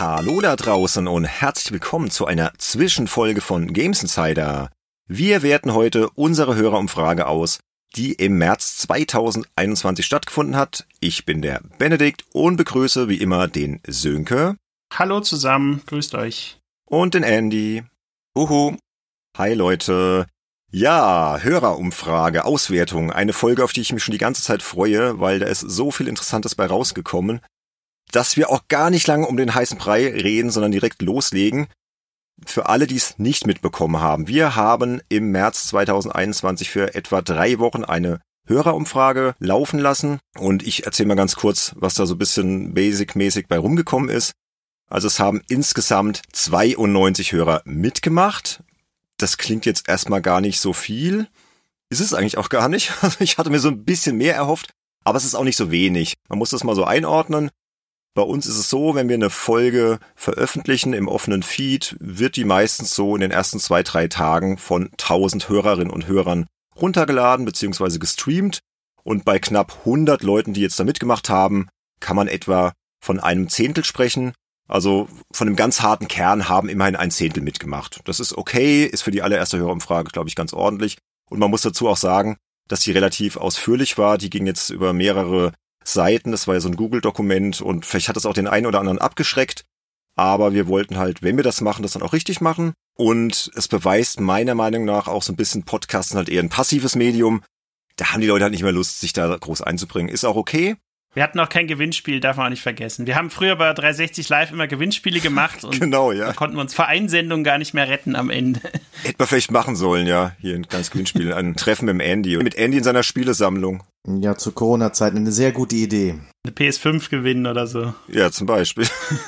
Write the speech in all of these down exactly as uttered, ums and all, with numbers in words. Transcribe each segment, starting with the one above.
Hallo da draußen und herzlich willkommen zu einer Zwischenfolge von Games Insider. Wir werten heute unsere Hörerumfrage aus, die im März zweitausendeinundzwanzig stattgefunden hat. Ich bin der Benedikt und begrüße wie immer den Sönke. Hallo zusammen, grüßt euch. Und den Andy. Uhu. Hi Leute. Ja, Hörerumfrage, Auswertung. Eine Folge, auf die ich mich schon die ganze Zeit freue, weil da ist so viel Interessantes bei rausgekommen, dass wir auch gar nicht lange um den heißen Brei reden, sondern direkt loslegen. Für alle, die es nicht mitbekommen haben. Wir haben im März zweitausendeinundzwanzig für etwa drei Wochen eine Hörerumfrage laufen lassen. Und ich erzähle mal ganz kurz, was da so ein bisschen basic-mäßig bei rumgekommen ist. Also es haben insgesamt zweiundneunzig Hörer mitgemacht. Das klingt jetzt erstmal gar nicht so viel. Ist es eigentlich auch gar nicht. Also ich hatte mir so ein bisschen mehr erhofft, aber es ist auch nicht so wenig. Man muss das mal so einordnen. Bei uns ist es so, wenn wir eine Folge veröffentlichen im offenen Feed, wird die meistens so in den ersten zwei, drei Tagen von tausend Hörerinnen und Hörern runtergeladen bzw. gestreamt. Und bei knapp hundert Leuten, die jetzt da mitgemacht haben, kann man etwa von einem Zehntel sprechen. Also von einem ganz harten Kern haben immerhin ein Zehntel mitgemacht. Das ist okay, ist für die allererste Hörerumfrage, glaube ich, ganz ordentlich. Und man muss dazu auch sagen, dass die relativ ausführlich war. Die ging jetzt über mehrere Seiten. Das war ja so ein Google-Dokument und vielleicht hat das auch den einen oder anderen abgeschreckt. Aber wir wollten halt, wenn wir das machen, das dann auch richtig machen. Und es beweist meiner Meinung nach auch so ein bisschen, Podcasten halt eher ein passives Medium. Da haben die Leute halt nicht mehr Lust, sich da groß einzubringen. Ist auch okay. Wir hatten auch kein Gewinnspiel, darf man auch nicht vergessen. Wir haben früher bei dreihundertsechzig Live immer Gewinnspiele gemacht und genau, ja. Da konnten wir uns vor Einsendungen gar nicht mehr retten am Ende. Hätten wir vielleicht machen sollen, ja. Hier ein kleines Gewinnspiel, ein Treffen mit dem Andy. Mit Andy in seiner Spielesammlung. Ja, zu Corona-Zeiten eine sehr gute Idee. Eine P S fünf gewinnen oder so. Ja, zum Beispiel.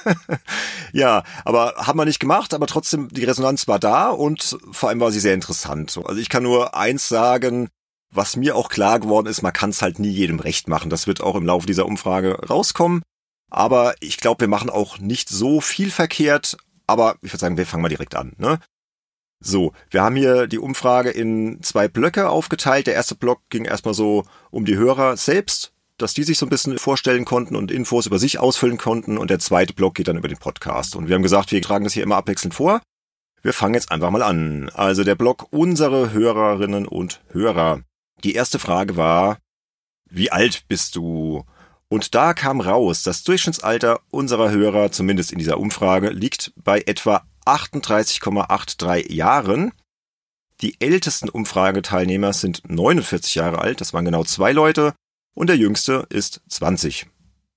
Ja, aber haben wir nicht gemacht, aber trotzdem, die Resonanz war da und vor allem war sie sehr interessant. Also ich kann nur eins sagen, was mir auch klar geworden ist, man kann es halt nie jedem recht machen. Das wird auch im Laufe dieser Umfrage rauskommen. Aber ich glaube, wir machen auch nicht so viel verkehrt. Aber ich würde sagen, wir fangen mal direkt an, ne? So, wir haben hier die Umfrage in zwei Blöcke aufgeteilt. Der erste Block ging erstmal so um die Hörer selbst, dass die sich so ein bisschen vorstellen konnten und Infos über sich ausfüllen konnten. Und der zweite Block geht dann über den Podcast. Und wir haben gesagt, wir tragen das hier immer abwechselnd vor. Wir fangen jetzt einfach mal an. Also der Block unsere Hörerinnen und Hörer. Die erste Frage war, wie alt bist du? Und da kam raus, das Durchschnittsalter unserer Hörer, zumindest in dieser Umfrage, liegt bei etwa achtunddreißig Komma dreiundachtzig Jahren. Die ältesten Umfrageteilnehmer sind neunundvierzig Jahre alt, das waren genau zwei Leute, und der jüngste ist zwanzig.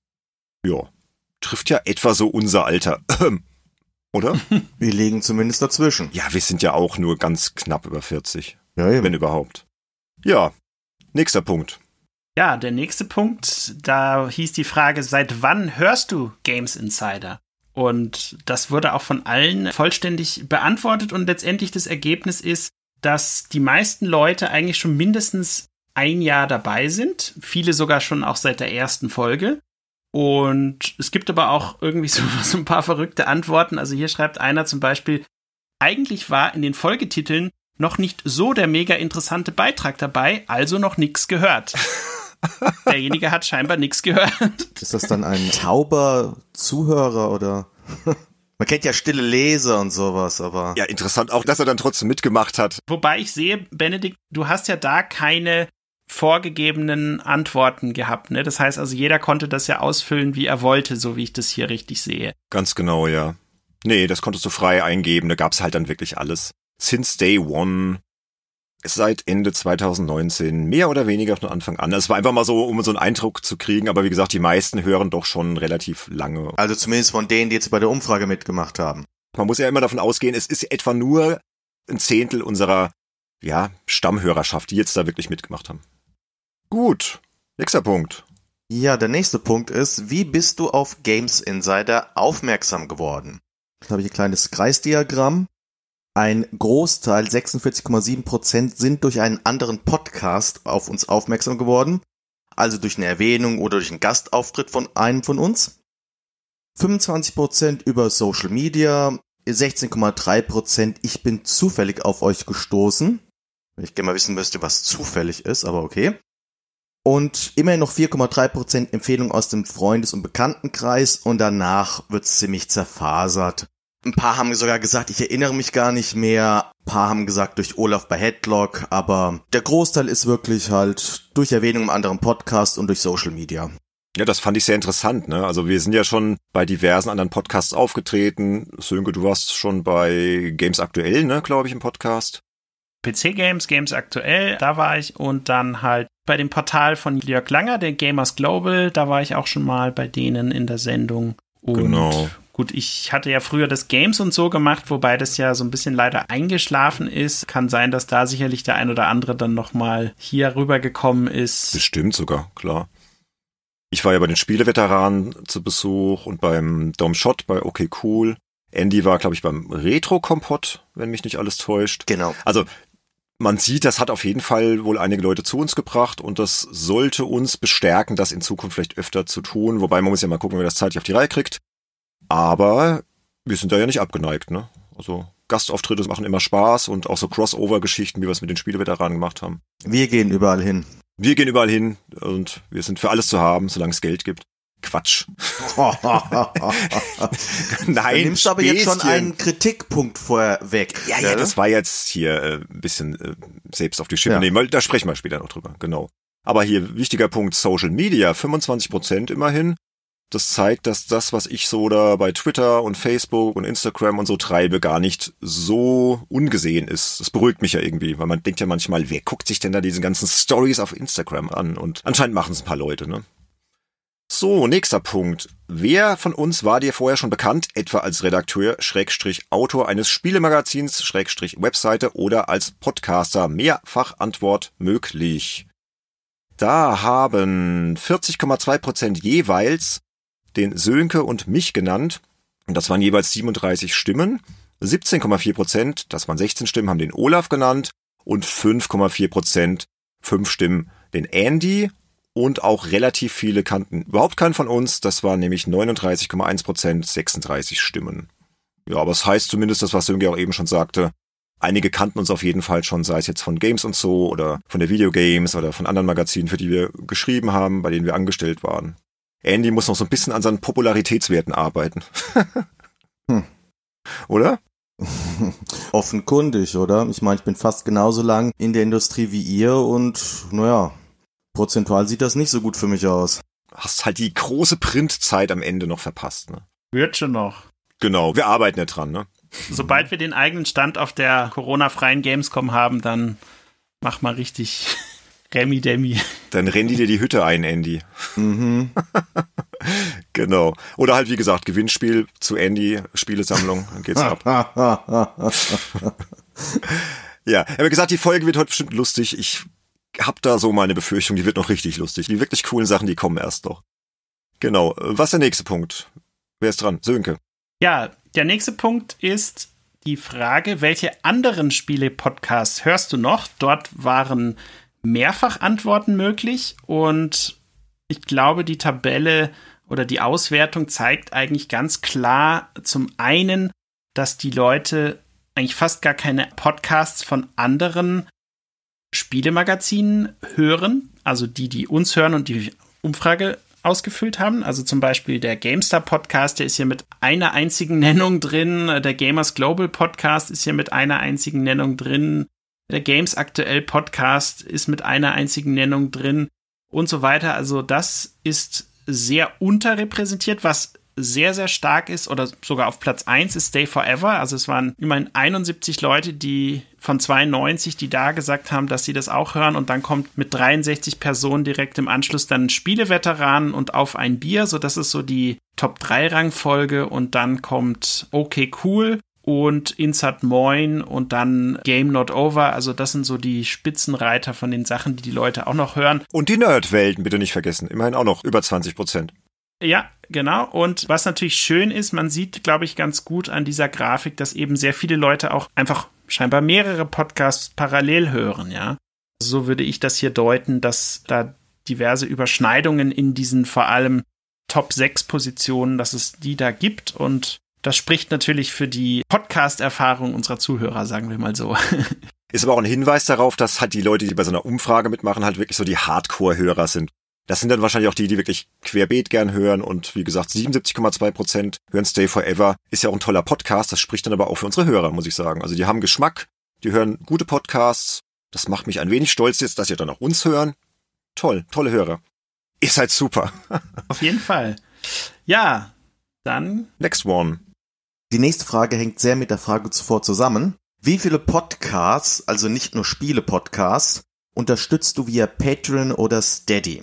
Ja, trifft ja etwa so unser Alter, oder? Wir liegen zumindest dazwischen. Ja, wir sind ja auch nur ganz knapp über vierzig, ja, eben. Wenn überhaupt. Ja, nächster Punkt. Ja, der nächste Punkt, da hieß die Frage, seit wann hörst du Games Insider? Und das wurde auch von allen vollständig beantwortet und letztendlich das Ergebnis ist, dass die meisten Leute eigentlich schon mindestens ein Jahr dabei sind, viele sogar schon auch seit der ersten Folge. Und es gibt aber auch irgendwie so, so ein paar verrückte Antworten. Also hier schreibt einer zum Beispiel, eigentlich war in den Folgetiteln noch nicht so der mega interessante Beitrag dabei, also noch nix gehört. Derjenige hat scheinbar nix gehört. Ist das dann ein tauber Zuhörer oder? Man kennt ja stille Leser und sowas, aber... Ja, interessant auch, dass er dann trotzdem mitgemacht hat. Wobei ich sehe, Benedikt, du hast ja da keine vorgegebenen Antworten gehabt, ne? Das heißt also, jeder konnte das ja ausfüllen, wie er wollte, so wie ich das hier richtig sehe. Ganz genau, ja. Nee, das konntest du frei eingeben, da gab's halt dann wirklich alles. Since day one, seit Ende zweitausendneunzehn, mehr oder weniger von Anfang an. Es war einfach mal so, um so einen Eindruck zu kriegen, aber wie gesagt, die meisten hören doch schon relativ lange. Also zumindest von denen, die jetzt bei der Umfrage mitgemacht haben. Man muss ja immer davon ausgehen, es ist etwa nur ein Zehntel unserer, ja, Stammhörerschaft, die jetzt da wirklich mitgemacht haben. Gut, nächster Punkt. Ja, der nächste Punkt ist, wie bist du auf Games Insider aufmerksam geworden? Da habe ich ein kleines Kreisdiagramm. Ein Großteil, sechsundvierzig Komma sieben Prozent, sind durch einen anderen Podcast auf uns aufmerksam geworden. Also durch eine Erwähnung oder durch einen Gastauftritt von einem von uns. fünfundzwanzig Prozent über Social Media, sechzehn Komma drei Prozent, ich bin zufällig auf euch gestoßen. Wenn ich gerne mal wissen müsste, was zufällig ist, aber okay. Und immerhin noch vier Komma drei Prozent Empfehlungen aus dem Freundes- und Bekanntenkreis und danach wird's ziemlich zerfasert. Ein paar haben sogar gesagt, ich erinnere mich gar nicht mehr. Ein paar haben gesagt, durch Olaf bei Headlock, aber der Großteil ist wirklich halt durch Erwähnung im anderen Podcast und durch Social Media. Ja, das fand ich sehr interessant, ne? Also wir sind ja schon bei diversen anderen Podcasts aufgetreten. Sönke, du warst schon bei Games Aktuell, ne, glaube ich, im Podcast. P C Games, Games Aktuell, da war ich und dann halt bei dem Portal von Jörg Langer, der Gamers Global, da war ich auch schon mal bei denen in der Sendung. Und genau. Gut, ich hatte ja früher das Games und so gemacht, wobei das ja so ein bisschen leider eingeschlafen ist. Kann sein, dass da sicherlich der ein oder andere dann nochmal hier rübergekommen ist. Bestimmt sogar, klar. Ich war ja bei den Spieleveteranen zu Besuch und beim Dom Shot bei Okay Cool. Andy war, glaube ich, beim Retro-Kompott, wenn mich nicht alles täuscht. Genau. Also man sieht, das hat auf jeden Fall wohl einige Leute zu uns gebracht und das sollte uns bestärken, das in Zukunft vielleicht öfter zu tun. Wobei man muss ja mal gucken, wie man das zeitlich auf die Reihe kriegt. Aber wir sind da ja nicht abgeneigt, ne? Also Gastauftritte machen immer Spaß und auch so Crossover-Geschichten, wie wir es mit den Spieleveteranen gemacht haben. Wir gehen überall hin. Wir gehen überall hin und wir sind für alles zu haben, solange es Geld gibt. Quatsch. Nein, du nimmst aber jetzt schon einen Kritikpunkt vorweg. Ja, ja, das war jetzt hier äh, ein bisschen äh, selbst auf die Schippe Ja. nehmen, weil da sprechen wir später noch drüber, genau. Aber hier wichtiger Punkt, Social Media, fünfundzwanzig Prozent immerhin. Das zeigt, dass das, was ich so da bei Twitter und Facebook und Instagram und so treibe, gar nicht so ungesehen ist. Das beruhigt mich ja irgendwie, weil man denkt ja manchmal, wer guckt sich denn da diese ganzen Stories auf Instagram an? Und anscheinend machen es ein paar Leute, ne? So, nächster Punkt. Wer von uns war dir vorher schon bekannt, etwa als Redakteur, Schrägstrich Autor eines Spielemagazins, Schrägstrich Webseite oder als Podcaster? Mehrfach Antwort möglich. Da haben vierzig Komma zwei Prozent jeweils den Sönke und mich genannt. Und das waren jeweils siebenunddreißig Stimmen. siebzehn Komma vier Prozent, das waren sechzehn Stimmen, haben den Olaf genannt. Und fünf Komma vier Prozent, fünf Stimmen, den Andy. Und auch relativ viele kannten überhaupt keinen von uns. Das waren nämlich neununddreißig Komma eins Prozent, sechsunddreißig Stimmen. Ja, aber es heißt zumindest, das was Sönke auch eben schon sagte, einige kannten uns auf jeden Fall schon, sei es jetzt von Games und so oder von der Videogames oder von anderen Magazinen, für die wir geschrieben haben, bei denen wir angestellt waren. Andy muss noch so ein bisschen an seinen Popularitätswerten arbeiten. hm. Oder? Offenkundig, oder? Ich meine, ich bin fast genauso lang in der Industrie wie ihr und, naja, prozentual sieht das nicht so gut für mich aus. Hast halt die große Printzeit am Ende noch verpasst, ne? Wird schon noch. Genau, wir arbeiten ja dran, ne? Sobald wir den eigenen Stand auf der Corona-freien Gamescom haben, dann mach mal richtig Remi-Demi. Dann rennen die dir die Hütte ein, Andy. Mhm. Genau. Oder halt, wie gesagt, Gewinnspiel zu Andy, Spielesammlung, dann geht's ab. Ja, ich habe gesagt, die Folge wird heute bestimmt lustig. Ich hab da so meine Befürchtung, die wird noch richtig lustig. Die wirklich coolen Sachen, die kommen erst noch. Genau. Was ist der nächste Punkt? Wer ist dran? Sönke. Ja, der nächste Punkt ist die Frage, welche anderen Spiele-Podcasts hörst du noch? Dort waren mehrfach Antworten möglich und ich glaube, die Tabelle oder die Auswertung zeigt eigentlich ganz klar zum einen, dass die Leute eigentlich fast gar keine Podcasts von anderen Spielemagazinen hören, also die, die uns hören und die Umfrage ausgefüllt haben. Also zum Beispiel der GameStar-Podcast, der ist hier mit einer einzigen Nennung drin. Der Gamers Global Podcast ist hier mit einer einzigen Nennung drin. Der Games Aktuell Podcast ist mit einer einzigen Nennung drin und so weiter. Also das ist sehr unterrepräsentiert, was sehr, sehr stark ist oder sogar auf Platz eins ist Stay Forever. Also es waren immerhin einundsiebzig Leute, die von zweiundneunzig, die da gesagt haben, dass sie das auch hören. Und dann kommt mit dreiundsechzig Personen direkt im Anschluss dann Spieleveteranen und Auf ein Bier. So, das ist so die Top drei Rangfolge. Und dann kommt Okay Cool und Insert Moin und dann Game Not Over. Also das sind so die Spitzenreiter von den Sachen, die die Leute auch noch hören. Und die Nerdwelten bitte nicht vergessen. Immerhin auch noch über zwanzig Prozent. Ja, genau. Und was natürlich schön ist, man sieht, glaube ich, ganz gut an dieser Grafik, dass eben sehr viele Leute auch einfach scheinbar mehrere Podcasts parallel hören, ja. So würde ich das hier deuten, dass da diverse Überschneidungen in diesen vor allem Top sechs Positionen, dass es die da gibt. Und das spricht natürlich für die Podcast-Erfahrung unserer Zuhörer, sagen wir mal so. Ist aber auch ein Hinweis darauf, dass halt die Leute, die bei so einer Umfrage mitmachen, halt wirklich so die Hardcore-Hörer sind. Das sind dann wahrscheinlich auch die, die wirklich querbeet gern hören und wie gesagt, siebenundsiebzig Komma zwei Prozent hören Stay Forever. Ist ja auch ein toller Podcast, das spricht dann aber auch für unsere Hörer, muss ich sagen. Also die haben Geschmack, die hören gute Podcasts. Das macht mich ein wenig stolz jetzt, dass ihr dann auch uns hören. Toll, tolle Hörer. Ihr seid super. Auf jeden Fall. Ja, dann... Next one. Die nächste Frage hängt sehr mit der Frage zuvor zusammen. Wie viele Podcasts, also nicht nur Spiele-Podcasts, unterstützt du via Patreon oder Steady?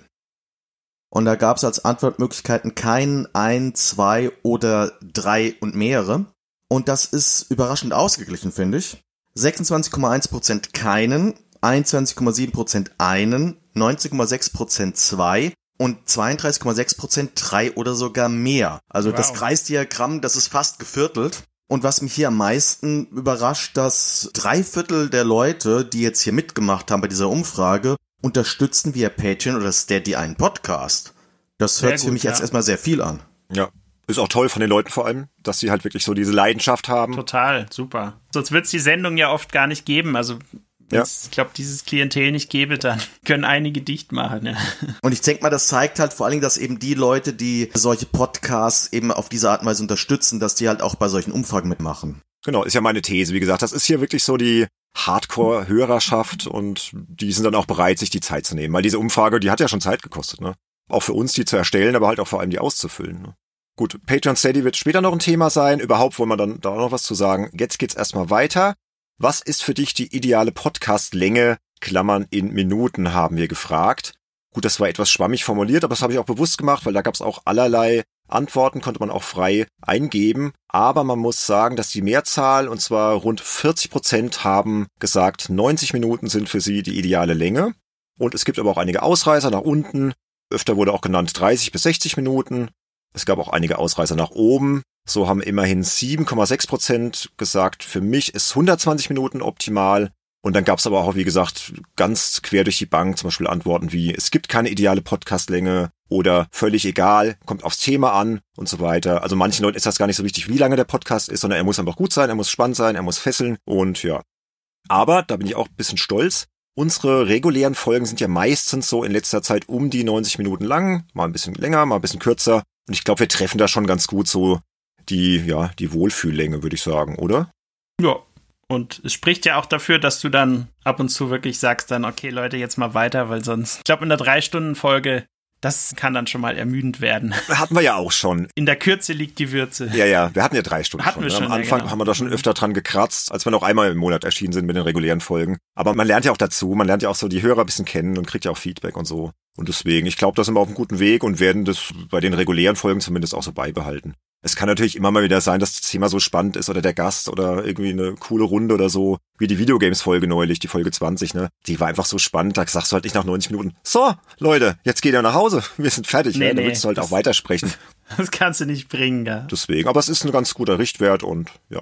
Und da gab es als Antwortmöglichkeiten keinen, ein, zwei oder drei und mehrere. Und das ist überraschend ausgeglichen, finde ich. sechsundzwanzig Komma eins Prozent keinen, einundzwanzig Komma sieben Prozent einen, neunzehn Komma sechs Prozent zwei und zweiunddreißig Komma sechs Prozent drei oder sogar mehr. Also wow. Das Kreisdiagramm, das ist fast geviertelt. Und was mich hier am meisten überrascht, dass drei Viertel der Leute, die jetzt hier mitgemacht haben bei dieser Umfrage, unterstützen via Patreon oder Steady einen Podcast. Das hört sich für mich ja. jetzt erstmal sehr viel an. Ja, ist auch toll von den Leuten vor allem, dass sie halt wirklich so diese Leidenschaft haben. Total, super. Sonst wird es die Sendung ja oft gar nicht geben. Also wenn es, ja. ich glaube, dieses Klientel nicht gäbe, dann können einige dicht machen. Ja. Und ich denke mal, das zeigt halt vor allen Dingen, dass eben die Leute, die solche Podcasts eben auf diese Art und Weise unterstützen, dass die halt auch bei solchen Umfragen mitmachen. Genau, ist ja meine These. Wie gesagt, das ist hier wirklich so die Hardcore-Hörerschaft und die sind dann auch bereit, sich die Zeit zu nehmen. Weil diese Umfrage, die hat ja schon Zeit gekostet, ne? Auch für uns, die zu erstellen, aber halt auch vor allem die auszufüllen, ne? Gut, Patreon Steady wird später noch ein Thema sein. Überhaupt wollen wir dann da noch was zu sagen. Jetzt geht's erstmal weiter. Was ist für dich die ideale Podcast-Länge? Klammern in Minuten haben wir gefragt. Gut, das war etwas schwammig formuliert, aber das habe ich auch bewusst gemacht, weil da gab es auch allerlei Antworten, konnte man auch frei eingeben. Aber man muss sagen, dass die Mehrzahl, und zwar rund vierzig Prozent, haben gesagt, neunzig Minuten sind für sie die ideale Länge. Und es gibt aber auch einige Ausreißer nach unten. Öfter wurde auch genannt dreißig bis sechzig Minuten. Es gab auch einige Ausreißer nach oben. So haben immerhin sieben Komma sechs Prozent gesagt, für mich ist hundertzwanzig Minuten optimal. Und dann gab es aber auch, wie gesagt, ganz quer durch die Bank zum Beispiel Antworten wie, es gibt keine ideale Podcastlänge oder völlig egal, kommt aufs Thema an und so weiter. Also manchen Leuten ist das gar nicht so wichtig, wie lange der Podcast ist, sondern er muss einfach gut sein, er muss spannend sein, er muss fesseln und ja. Aber, da bin ich auch ein bisschen stolz, unsere regulären Folgen sind ja meistens so in letzter Zeit um die neunzig Minuten lang, mal ein bisschen länger, mal ein bisschen kürzer. Und ich glaube, wir treffen da schon ganz gut so die, ja, die Wohlfühllänge, würde ich sagen, oder? Ja. Und es spricht ja auch dafür, dass du dann ab und zu wirklich sagst dann, okay, Leute, jetzt mal weiter, weil sonst, ich glaube, in der drei-Stunden-Folge, das kann dann schon mal ermüdend werden. Hatten wir ja auch schon. In der Kürze liegt die Würze. Ja, ja, wir hatten ja drei Stunden hatten schon. Wir schon Am Anfang ja, genau. haben wir da schon öfter dran gekratzt, als wir noch einmal im Monat erschienen sind mit den regulären Folgen. Aber man lernt ja auch dazu, man lernt ja auch so die Hörer ein bisschen kennen und kriegt ja auch Feedback und so. Und deswegen, ich glaube, da sind wir auf einem guten Weg und werden das bei den regulären Folgen zumindest auch so beibehalten. Es kann natürlich immer mal wieder sein, dass das Thema so spannend ist oder der Gast oder irgendwie eine coole Runde oder so, wie die Videogames-Folge neulich, die Folge zwanzig, ne? Die war einfach so spannend, da sagst du halt nicht nach neunzig Minuten, so, Leute, jetzt geht ihr nach Hause, wir sind fertig, nee, ja? Da nee, willst du halt auch weitersprechen. Das kannst du nicht bringen, ja. Deswegen, aber es ist ein ganz guter Richtwert und ja.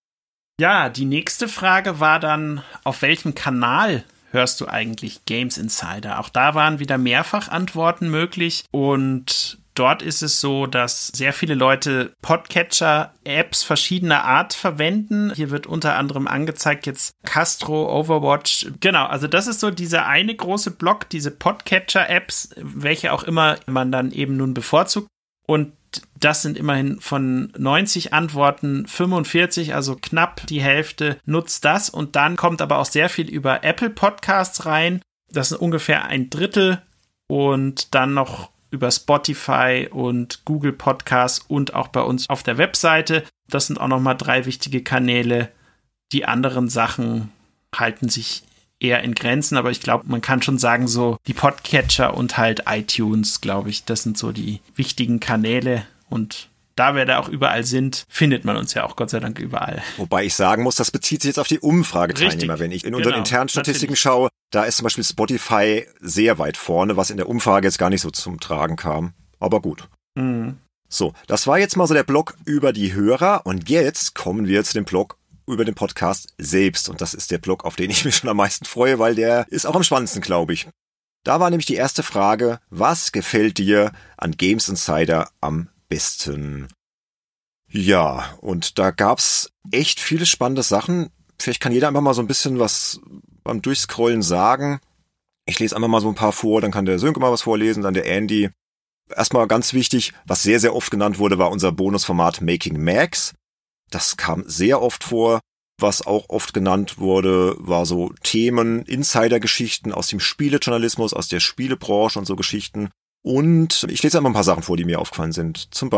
Ja, die nächste Frage war dann, auf welchem Kanal hörst du eigentlich Games Insider? Auch da waren wieder mehrfach Antworten möglich und dort ist es so, dass sehr viele Leute Podcatcher-Apps verschiedener Art verwenden. Hier wird unter anderem angezeigt jetzt Castro, Overwatch. Genau, also das ist so dieser eine große Block, diese Podcatcher-Apps, welche auch immer man dann eben nun bevorzugt. Und das sind immerhin von neunzig Antworten fünfundvierzig, also knapp die Hälfte nutzt das. Und dann kommt aber auch sehr viel über Apple Podcasts rein. Das sind ungefähr ein Drittel. Und dann noch über Spotify und Google Podcasts und auch bei uns auf der Webseite. Das sind auch nochmal drei wichtige Kanäle. Die anderen Sachen halten sich eher in Grenzen, aber ich glaube, man kann schon sagen, so die Podcatcher und halt iTunes, glaube ich, das sind so die wichtigen Kanäle und da wir da auch überall sind, findet man uns ja auch Gott sei Dank überall. Wobei ich sagen muss, das bezieht sich jetzt auf die Umfrageteilnehmer. Wenn ich in unseren genau, internen Statistiken natürlich schaue, da ist zum Beispiel Spotify sehr weit vorne, was in der Umfrage jetzt gar nicht so zum Tragen kam. Aber gut. Mhm. So, das war jetzt mal so der Blog über die Hörer und jetzt kommen wir zu dem Blog über den Podcast selbst. Und das ist der Blog, auf den ich mich schon am meisten freue, weil der ist auch am spannendsten, glaube ich. Da war nämlich die erste Frage, was gefällt dir an Games Insider am besten? Ja, und da gab's echt viele spannende Sachen. vielleicht kann jeder einfach mal so ein bisschen was beim Durchscrollen sagen. Ich lese einfach mal so ein paar vor, dann kann der Sönke mal was vorlesen, dann der Andy. Erstmal ganz wichtig, was sehr, sehr oft genannt wurde, war unser Bonusformat Making Max. Das kam sehr oft vor. Was auch oft genannt wurde, war so Themen, Insider-Geschichten aus dem Spielejournalismus, aus der Spielebranche und so Geschichten. Und ich lese einfach ein paar Sachen vor, die mir aufgefallen sind. Zum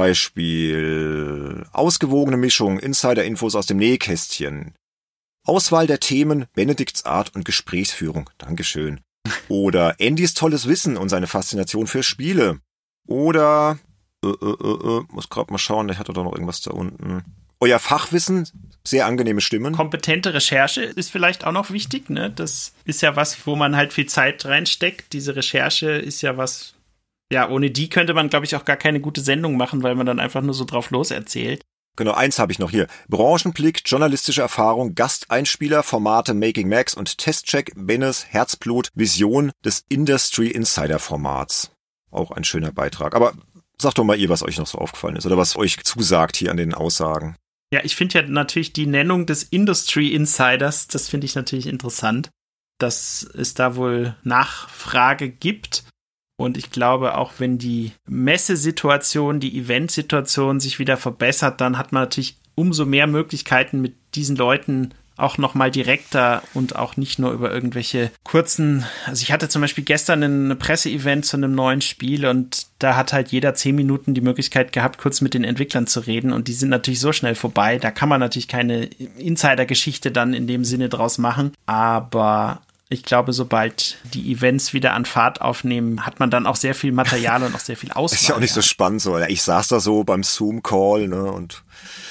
Beispiel ausgewogene Mischung, Insider-Infos aus dem Nähkästchen. Auswahl der Themen, Benedikts Art und Gesprächsführung. Dankeschön. Oder Andys tolles Wissen und seine Faszination für Spiele. Oder, äh, äh, äh, muss gerade mal schauen, ich hatte doch noch irgendwas da unten. Euer Fachwissen, sehr angenehme Stimmen. Kompetente Recherche ist vielleicht auch noch wichtig, ne? Das ist ja was, wo man halt viel Zeit reinsteckt. Diese Recherche ist ja was, ja, ohne die könnte man, glaube ich, auch gar keine gute Sendung machen, weil man dann einfach nur so drauf los erzählt. Genau, eins habe ich noch hier. Branchenblick, journalistische Erfahrung, Gasteinspieler, Formate Making Max und Testcheck, Bennes Herzblut, Vision des Industry Insider Formats. Auch ein schöner Beitrag. Aber sagt doch mal ihr, was euch noch so aufgefallen ist oder was euch zusagt hier an den Aussagen. Ja, ich finde ja natürlich die Nennung des Industry Insiders, das finde ich natürlich interessant, dass es da wohl Nachfrage gibt. Und ich glaube, auch wenn die Messesituation, die Eventsituation sich wieder verbessert, dann hat man natürlich umso mehr Möglichkeiten, mit diesen Leuten auch noch mal direkter und auch nicht nur über irgendwelche kurzen, also ich hatte zum Beispiel gestern ein Presseevent zu einem neuen Spiel und da hat halt jeder zehn Minuten die Möglichkeit gehabt, kurz mit den Entwicklern zu reden und die sind natürlich so schnell vorbei, da kann man natürlich keine Insider-Geschichte dann in dem Sinne draus machen, aber ich glaube, sobald die Events wieder an Fahrt aufnehmen, hat man dann auch sehr viel Material und auch sehr viel Auswahl. Ist ja auch nicht ja. so spannend so, ich saß da so beim Zoom-Call, ne, und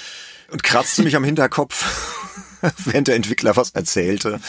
und kratzte mich am Hinterkopf, während der Entwickler was erzählte.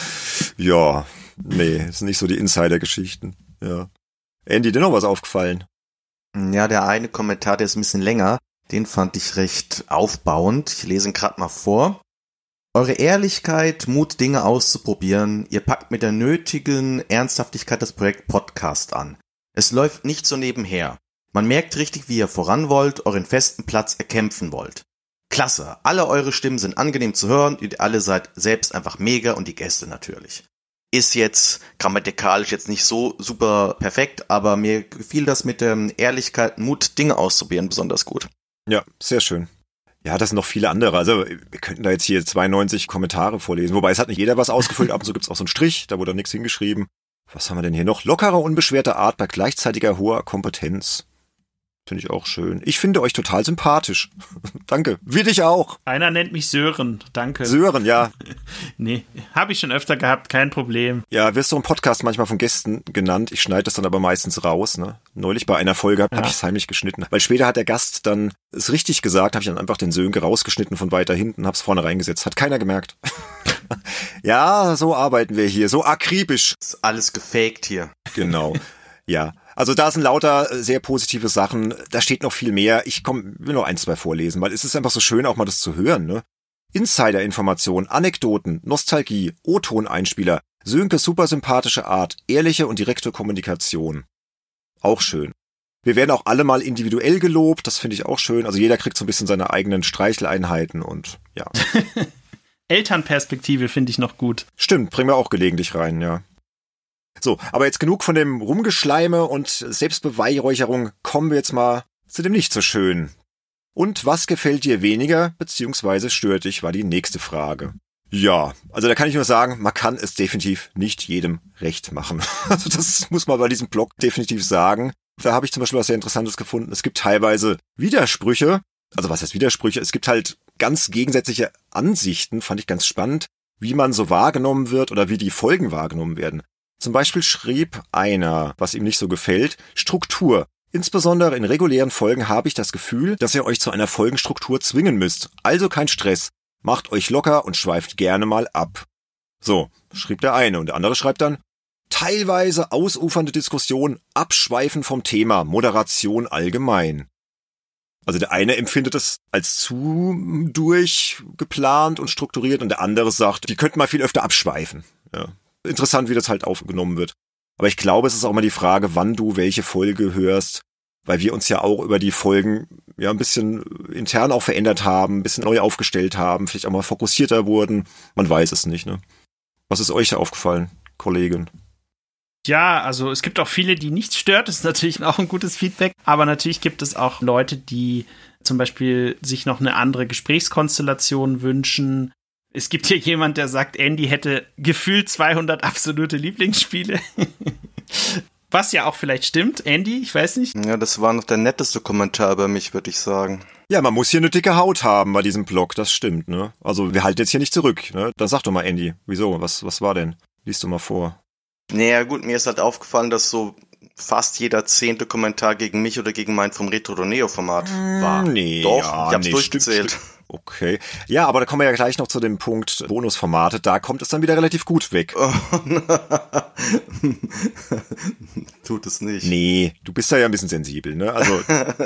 Ja, nee, ist nicht so die Insider-Geschichten. Ja. Andy, dir noch was aufgefallen? Ja, der eine Kommentar, der ist ein bisschen länger, den fand ich recht aufbauend. Ich lese ihn gerade mal vor. Eure Ehrlichkeit, Mut, Dinge auszuprobieren, ihr packt mit der nötigen Ernsthaftigkeit das Projekt Podcast an. Es läuft nicht so nebenher. Man merkt richtig, wie ihr voran wollt, euren festen Platz erkämpfen wollt. Klasse, alle eure Stimmen sind angenehm zu hören, ihr alle seid selbst einfach mega und die Gäste natürlich. Ist jetzt grammatikalisch jetzt nicht so super perfekt, aber mir gefiel das mit der Ehrlichkeit, Mut, Dinge auszuprobieren besonders gut. Ja, sehr schön. Ja, das sind noch viele andere. Also wir könnten da jetzt hier zweiundneunzig Kommentare vorlesen. Wobei es hat nicht jeder was ausgefüllt. Ab und zu gibt's auch so einen Strich, da wurde nichts hingeschrieben. Was haben wir denn hier noch? Lockere, unbeschwerte Art bei gleichzeitiger hoher Kompetenz. Finde ich auch schön. Ich finde euch total sympathisch. Danke. Wie dich auch. Einer nennt mich Sören. Danke. Sören, ja. Nee, habe ich schon öfter gehabt. Kein Problem. Ja, wirst du im Podcast manchmal von Gästen genannt. Ich schneide das dann aber meistens raus. Ne? Neulich bei einer Folge ja. habe ich es heimlich geschnitten. Weil später hat der Gast dann es richtig gesagt, habe ich dann einfach den Sönke rausgeschnitten von weiter hinten, habe es vorne reingesetzt. Hat keiner gemerkt. Ja, so arbeiten wir hier. So akribisch. Ist alles gefaked hier. Genau. Ja. Also da sind lauter sehr positive Sachen, da steht noch viel mehr. Ich komm, will noch ein, zwei vorlesen, weil es ist einfach so schön, auch mal das zu hören, ne? Insider-Informationen, Anekdoten, Nostalgie, O-Ton-Einspieler, Sönke super sympathische Art, ehrliche und direkte Kommunikation. Auch schön. Wir werden auch alle mal individuell gelobt, das finde ich auch schön. Also jeder kriegt so ein bisschen seine eigenen Streicheleinheiten und ja. Elternperspektive finde ich noch gut. Stimmt, bringen wir auch gelegentlich rein, ja. So, aber jetzt genug von dem Rumgeschleime und Selbstbeweihräucherung, kommen wir jetzt mal zu dem nicht so schön. Und was gefällt dir weniger, beziehungsweise stört dich, war die nächste Frage. Ja, also da kann ich nur sagen, man kann es definitiv nicht jedem recht machen. Also das muss man bei diesem Blog definitiv sagen. Da habe ich zum Beispiel was sehr Interessantes gefunden. Es gibt teilweise Widersprüche, also was heißt Widersprüche? Es gibt halt ganz gegensätzliche Ansichten, fand ich ganz spannend, wie man so wahrgenommen wird oder wie die Folgen wahrgenommen werden. Zum Beispiel schrieb einer, was ihm nicht so gefällt, Struktur. Insbesondere in regulären Folgen habe ich das Gefühl, dass ihr euch zu einer Folgenstruktur zwingen müsst. Also kein Stress. Macht euch locker und schweift gerne mal ab. So, schrieb der eine und der andere schreibt dann, teilweise ausufernde Diskussion, Abschweifen vom Thema, Moderation allgemein. Also der eine empfindet es als zu durchgeplant und strukturiert und der andere sagt, die könnten mal viel öfter abschweifen. Ja. Interessant, wie das halt aufgenommen wird. Aber ich glaube, es ist auch immer die Frage, wann du welche Folge hörst. weil wir uns ja auch über die Folgen ja ein bisschen intern auch verändert haben, ein bisschen neu aufgestellt haben, vielleicht auch mal fokussierter wurden. Man weiß es nicht, ne? Was ist euch da aufgefallen, Kollegin? Ja, also es gibt auch viele, die nichts stört. Das ist natürlich auch ein gutes Feedback. Aber natürlich gibt es auch Leute, die zum Beispiel sich noch eine andere Gesprächskonstellation wünschen. Es gibt hier jemand, der sagt, Andy hätte gefühlt zweihundert absolute Lieblingsspiele. Was ja auch vielleicht stimmt. Andy, ich weiß nicht. Ja, das war noch der netteste Kommentar über mich, würde ich sagen. Ja, man muss hier eine dicke Haut haben bei diesem Blog, das stimmt, ne? Also wir halten jetzt hier nicht zurück, ne? Dann sag doch mal, Andy, wieso? Was, was war denn? Lies doch mal vor. Naja, gut, mir ist halt aufgefallen, dass so fast jeder zehnte Kommentar gegen mich oder gegen mein vom Retro-Neo-Format war. Nee, Doch, ja, ich hab's nee, durchgezählt. Stimmt, stimmt. Okay. Ja, aber da kommen wir ja gleich noch zu dem Punkt Bonusformate. Da kommt es dann wieder relativ gut weg. Oh, tut es nicht. Nee, du bist da ja ein bisschen sensibel, ne? Also.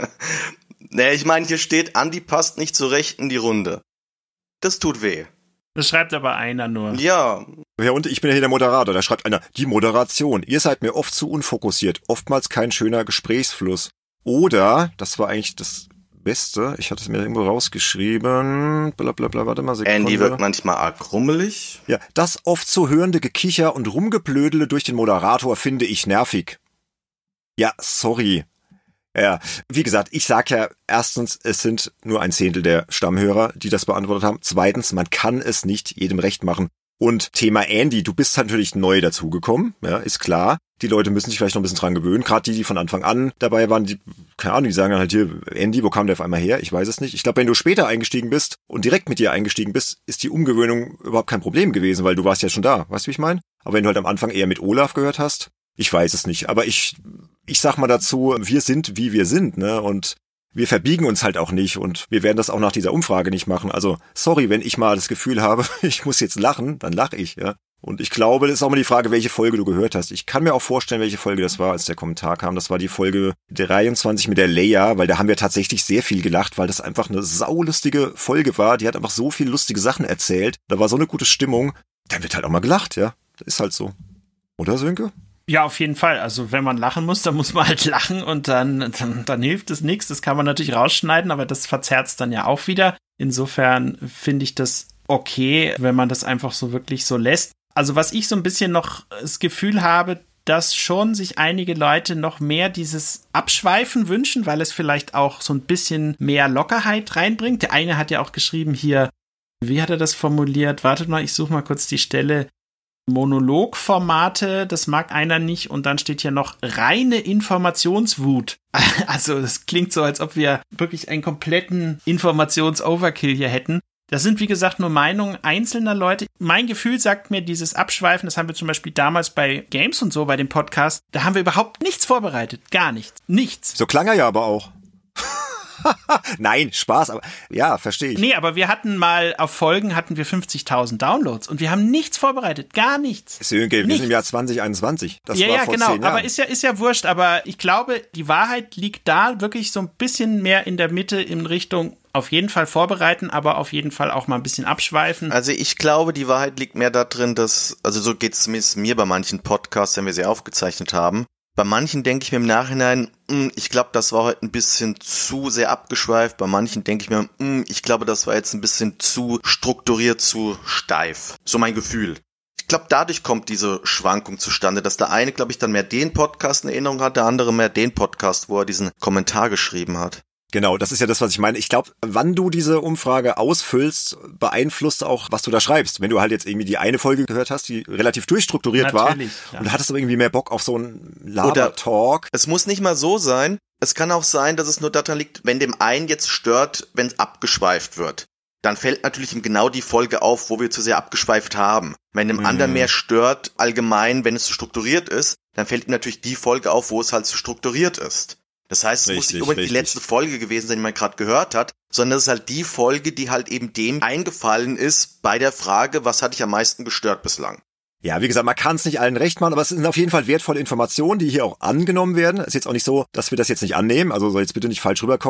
Naja, ich meine, hier steht, Andi passt nicht zurecht in die Runde. Das tut weh. Das schreibt aber einer nur. Ja. Ja, und ich bin ja hier der Moderator. Da schreibt einer, die Moderation. Ihr seid mir oft zu unfokussiert. Oftmals kein schöner Gesprächsfluss. Oder, das war eigentlich das Beste, ich hatte es mir irgendwo rausgeschrieben, blablabla, warte mal, Sekunde. Andy wird manchmal arg rummelig. Ja, das oft zu hörende Gekicher und Rumgeblödele durch den Moderator finde ich nervig. Ja, sorry. Ja, wie gesagt, ich sag ja erstens, es sind nur ein Zehntel der Stammhörer, die das beantwortet haben. Zweitens, man kann es nicht jedem recht machen. Und Thema Andy, du bist natürlich neu dazugekommen, ja, ist klar. Die Leute müssen sich vielleicht noch ein bisschen dran gewöhnen, gerade die, die von Anfang an dabei waren, die, keine Ahnung, die sagen dann halt hier, Andy, wo kam der auf einmal her? Ich weiß es nicht. Ich glaube, wenn du später eingestiegen bist und direkt mit dir eingestiegen bist, ist die Umgewöhnung überhaupt kein Problem gewesen, weil du warst ja schon da, weißt du, wie ich meine? Aber wenn du halt am Anfang eher mit Olaf gehört hast, ich weiß es nicht. Aber ich, ich sag mal dazu, wir sind, wie wir sind, ne, und wir verbiegen uns halt auch nicht und wir werden das auch nach dieser Umfrage nicht machen. Also, sorry, wenn ich mal das Gefühl habe, ich muss jetzt lachen, dann lache ich, ja. Und ich glaube, das ist auch mal die Frage, welche Folge du gehört hast. Ich kann mir auch vorstellen, welche Folge das war, als der Kommentar kam. Das war die Folge dreiundzwanzig mit der Leia, weil da haben wir tatsächlich sehr viel gelacht, weil das einfach eine saulustige Folge war. Die hat einfach so viele lustige Sachen erzählt. Da war so eine gute Stimmung. Dann wird halt auch mal gelacht, ja. Das ist halt so. Oder, Sönke? Ja, auf jeden Fall. Also wenn man lachen muss, dann muss man halt lachen und dann, dann, dann hilft es nichts. Das kann man natürlich rausschneiden, aber das verzerrt es dann ja auch wieder. Insofern finde ich das okay, wenn man das einfach so wirklich so lässt. Also was ich so ein bisschen noch das Gefühl habe, dass schon sich einige Leute noch mehr dieses Abschweifen wünschen, weil es vielleicht auch so ein bisschen mehr Lockerheit reinbringt. Der eine hat ja auch geschrieben hier, wie hat er das formuliert? Wartet mal, ich suche mal kurz die Stelle. Monologformate, das mag einer nicht. Und dann steht hier noch reine Informationswut. Also das klingt so, als ob wir wirklich einen kompletten Informations-Overkill hier hätten. Das sind, wie gesagt, nur Meinungen einzelner Leute. Mein Gefühl sagt mir, dieses Abschweifen, das haben wir zum Beispiel damals bei Games und so, bei dem Podcast, da haben wir überhaupt nichts vorbereitet. Gar nichts. Nichts. So klang er ja aber auch. Nein, Spaß, aber ja, verstehe ich. Nee, aber wir hatten mal, auf Folgen hatten wir fünfzigtausend Downloads und wir haben nichts vorbereitet, gar nichts. Sönke, wir sind im Jahr zwanzig einundzwanzig. Das ja, war ja, vor genau, zehn Jahren. Aber ist ja, ist ja wurscht, aber ich glaube, die Wahrheit liegt da wirklich so ein bisschen mehr in der Mitte in Richtung auf jeden Fall vorbereiten, aber auf jeden Fall auch mal ein bisschen abschweifen. Also ich glaube, die Wahrheit liegt mehr da drin, dass, also so geht es zumindest mir bei manchen Podcasts, wenn wir sie aufgezeichnet haben. Bei manchen denke ich mir im Nachhinein, mh, ich glaube, das war heute ein bisschen zu sehr abgeschweift. Bei manchen denke ich mir, mh, ich glaube, das war jetzt ein bisschen zu strukturiert, zu steif. So mein Gefühl. Ich glaube, dadurch kommt diese Schwankung zustande, dass der eine, glaube ich, dann mehr den Podcast in Erinnerung hat, der andere mehr den Podcast, wo er diesen Kommentar geschrieben hat. Genau, das ist ja das, was ich meine. Ich glaube, wann du diese Umfrage ausfüllst, beeinflusst auch, was du da schreibst. Wenn du halt jetzt irgendwie die eine Folge gehört hast, die relativ durchstrukturiert Natürlich, war ja. und du hattest aber irgendwie mehr Bock auf so einen Laber-Talk. Es muss nicht mal so sein. Es kann auch sein, dass es nur daran liegt, wenn dem einen jetzt stört, wenn es abgeschweift wird. Dann fällt natürlich ihm genau die Folge auf, wo wir zu sehr abgeschweift haben. Wenn dem mhm. anderen mehr stört, allgemein, wenn es zu strukturiert ist, dann fällt ihm natürlich die Folge auf, wo es halt zu strukturiert ist. Das heißt, es richtig, muss nicht unbedingt die letzte Folge gewesen sein, die man gerade gehört hat, sondern es ist halt die Folge, die halt eben dem eingefallen ist bei der Frage, was hat dich am meisten gestört bislang. Ja, wie gesagt, man kann es nicht allen recht machen, aber es sind auf jeden Fall wertvolle Informationen, die hier auch angenommen werden. Es ist jetzt auch nicht so, dass wir das jetzt nicht annehmen, also soll jetzt bitte nicht falsch rüberkommen.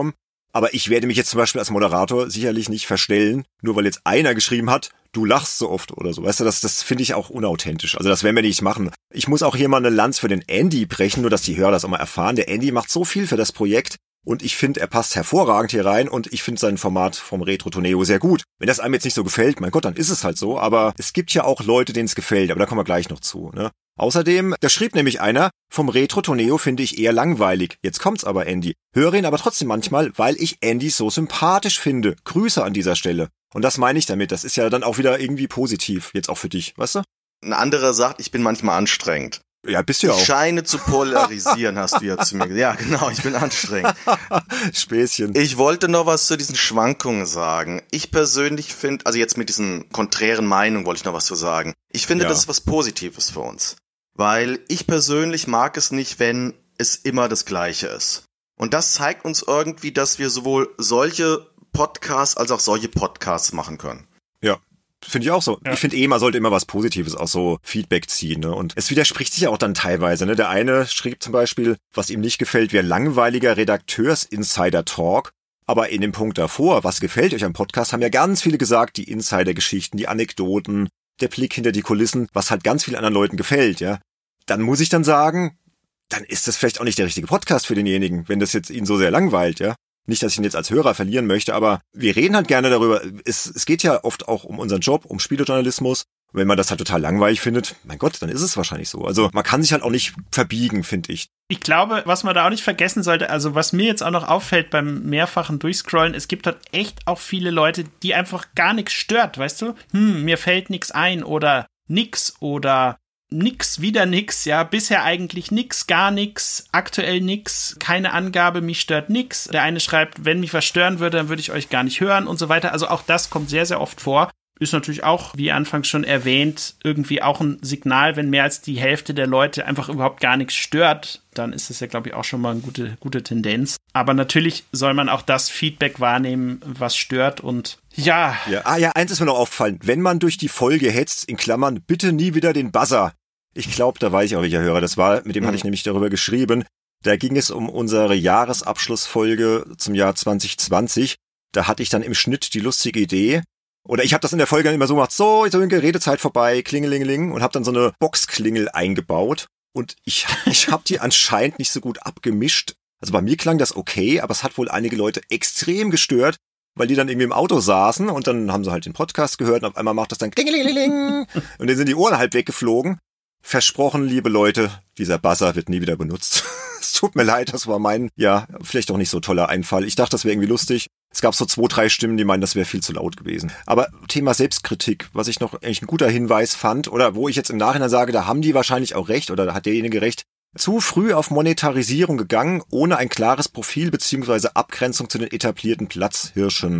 Aber ich werde mich jetzt zum Beispiel als Moderator sicherlich nicht verstellen, nur weil jetzt einer geschrieben hat, du lachst so oft oder so. Weißt du, das, das finde ich auch unauthentisch. Also das werden wir nicht machen. Ich muss auch hier mal eine Lanze für den Andy brechen, nur dass die Hörer das auch mal erfahren. Der Andy macht so viel für das Projekt und ich finde, er passt hervorragend hier rein und ich finde sein Format vom Retro Torneo sehr gut. Wenn das einem jetzt nicht so gefällt, mein Gott, dann ist es halt so. Aber es gibt ja auch Leute, denen es gefällt, aber da kommen wir gleich noch zu, ne? Außerdem, da schrieb nämlich einer, vom Retro Torneo finde ich eher langweilig. Jetzt kommt's aber, Andy. Höre ihn aber trotzdem manchmal, weil ich Andy so sympathisch finde. Grüße an dieser Stelle. Und das meine ich damit. Das ist ja dann auch wieder irgendwie positiv. Jetzt auch für dich, weißt du? Ein anderer sagt, ich bin manchmal anstrengend. Ja, bist du ja auch. Ich scheine zu polarisieren, hast du ja zu mir gesagt. Ja, genau, ich bin anstrengend. Späßchen. Ich wollte noch was zu diesen Schwankungen sagen. Ich persönlich finde, also jetzt mit diesen konträren Meinungen wollte ich noch was zu sagen. Ich finde, Ja. das ist was Positives für uns. Weil ich persönlich mag es nicht, wenn es immer das Gleiche ist. Und das zeigt uns irgendwie, dass wir sowohl solche Podcasts als auch solche Podcasts machen können. Ja. Finde ich auch so. Ja. Ich finde eh, man sollte immer was Positives, auch so Feedback ziehen, ne? Und es widerspricht sich ja auch dann teilweise, ne? Der eine schrieb zum Beispiel, was ihm nicht gefällt, wäre langweiliger Redakteurs-Insider-Talk. Aber in dem Punkt davor, was gefällt euch am Podcast, haben ja ganz viele gesagt, die Insider-Geschichten, die Anekdoten, der Blick hinter die Kulissen, was halt ganz vielen anderen Leuten gefällt, ja. Dann muss ich dann sagen, dann ist das vielleicht auch nicht der richtige Podcast für denjenigen, wenn das jetzt ihn so sehr langweilt, ja. Nicht, dass ich ihn jetzt als Hörer verlieren möchte, aber wir reden halt gerne darüber. Es, es geht ja oft auch um unseren Job, um Spielejournalismus. Und wenn man das halt total langweilig findet, mein Gott, dann ist es wahrscheinlich so. Also man kann sich halt auch nicht verbiegen, finde ich. Ich glaube, was man da auch nicht vergessen sollte, also was mir jetzt auch noch auffällt beim mehrfachen Durchscrollen, es gibt halt echt auch viele Leute, die einfach gar nichts stört, weißt du? Hm, mir fällt nichts ein oder nix oder nix, wieder nix, ja, bisher eigentlich nix, gar nix, aktuell nix, keine Angabe, mich stört nix. Der eine schreibt, wenn mich was stören würde, dann würde ich euch gar nicht hören und so weiter. Also auch das kommt sehr, sehr oft vor. Ist natürlich auch, wie anfangs schon erwähnt, irgendwie auch ein Signal, wenn mehr als die Hälfte der Leute einfach überhaupt gar nichts stört, dann ist das ja, glaube ich, auch schon mal eine gute, gute Tendenz. Aber natürlich soll man auch das Feedback wahrnehmen, was stört und ja. Ja. Ah ja, eins ist mir noch aufgefallen. Wenn man durch die Folge hetzt, in Klammern, bitte nie wieder den Buzzer. Ich glaube, da weiß ich auch, welcher Hörer das war. Mit dem mhm. hatte ich nämlich darüber geschrieben. Da ging es um unsere Jahresabschlussfolge zum Jahr zwanzig zwanzig. Da hatte ich dann im Schnitt die lustige Idee, oder ich habe das in der Folge dann immer so gemacht, so, jetzt ist die Redezeit vorbei, klingelingeling, und habe dann so eine Boxklingel eingebaut. Und ich, ich habe die anscheinend nicht so gut abgemischt. Also bei mir klang das okay, aber es hat wohl einige Leute extrem gestört, weil die dann irgendwie im Auto saßen und dann haben sie halt den Podcast gehört und auf einmal macht das dann klingelingeling und dann sind die Ohren halb weggeflogen. Versprochen, liebe Leute, dieser Buzzer wird nie wieder benutzt. Es tut mir leid, das war mein, ja, vielleicht auch nicht so toller Einfall. Ich dachte, das wäre irgendwie lustig. Es gab so zwei, drei Stimmen, die meinen, das wäre viel zu laut gewesen. Aber Thema Selbstkritik, was ich noch eigentlich ein guter Hinweis fand, oder wo ich jetzt im Nachhinein sage, da haben die wahrscheinlich auch recht, oder da hat derjenige recht, zu früh auf Monetarisierung gegangen, ohne ein klares Profil bzw. Abgrenzung zu den etablierten Platzhirschen.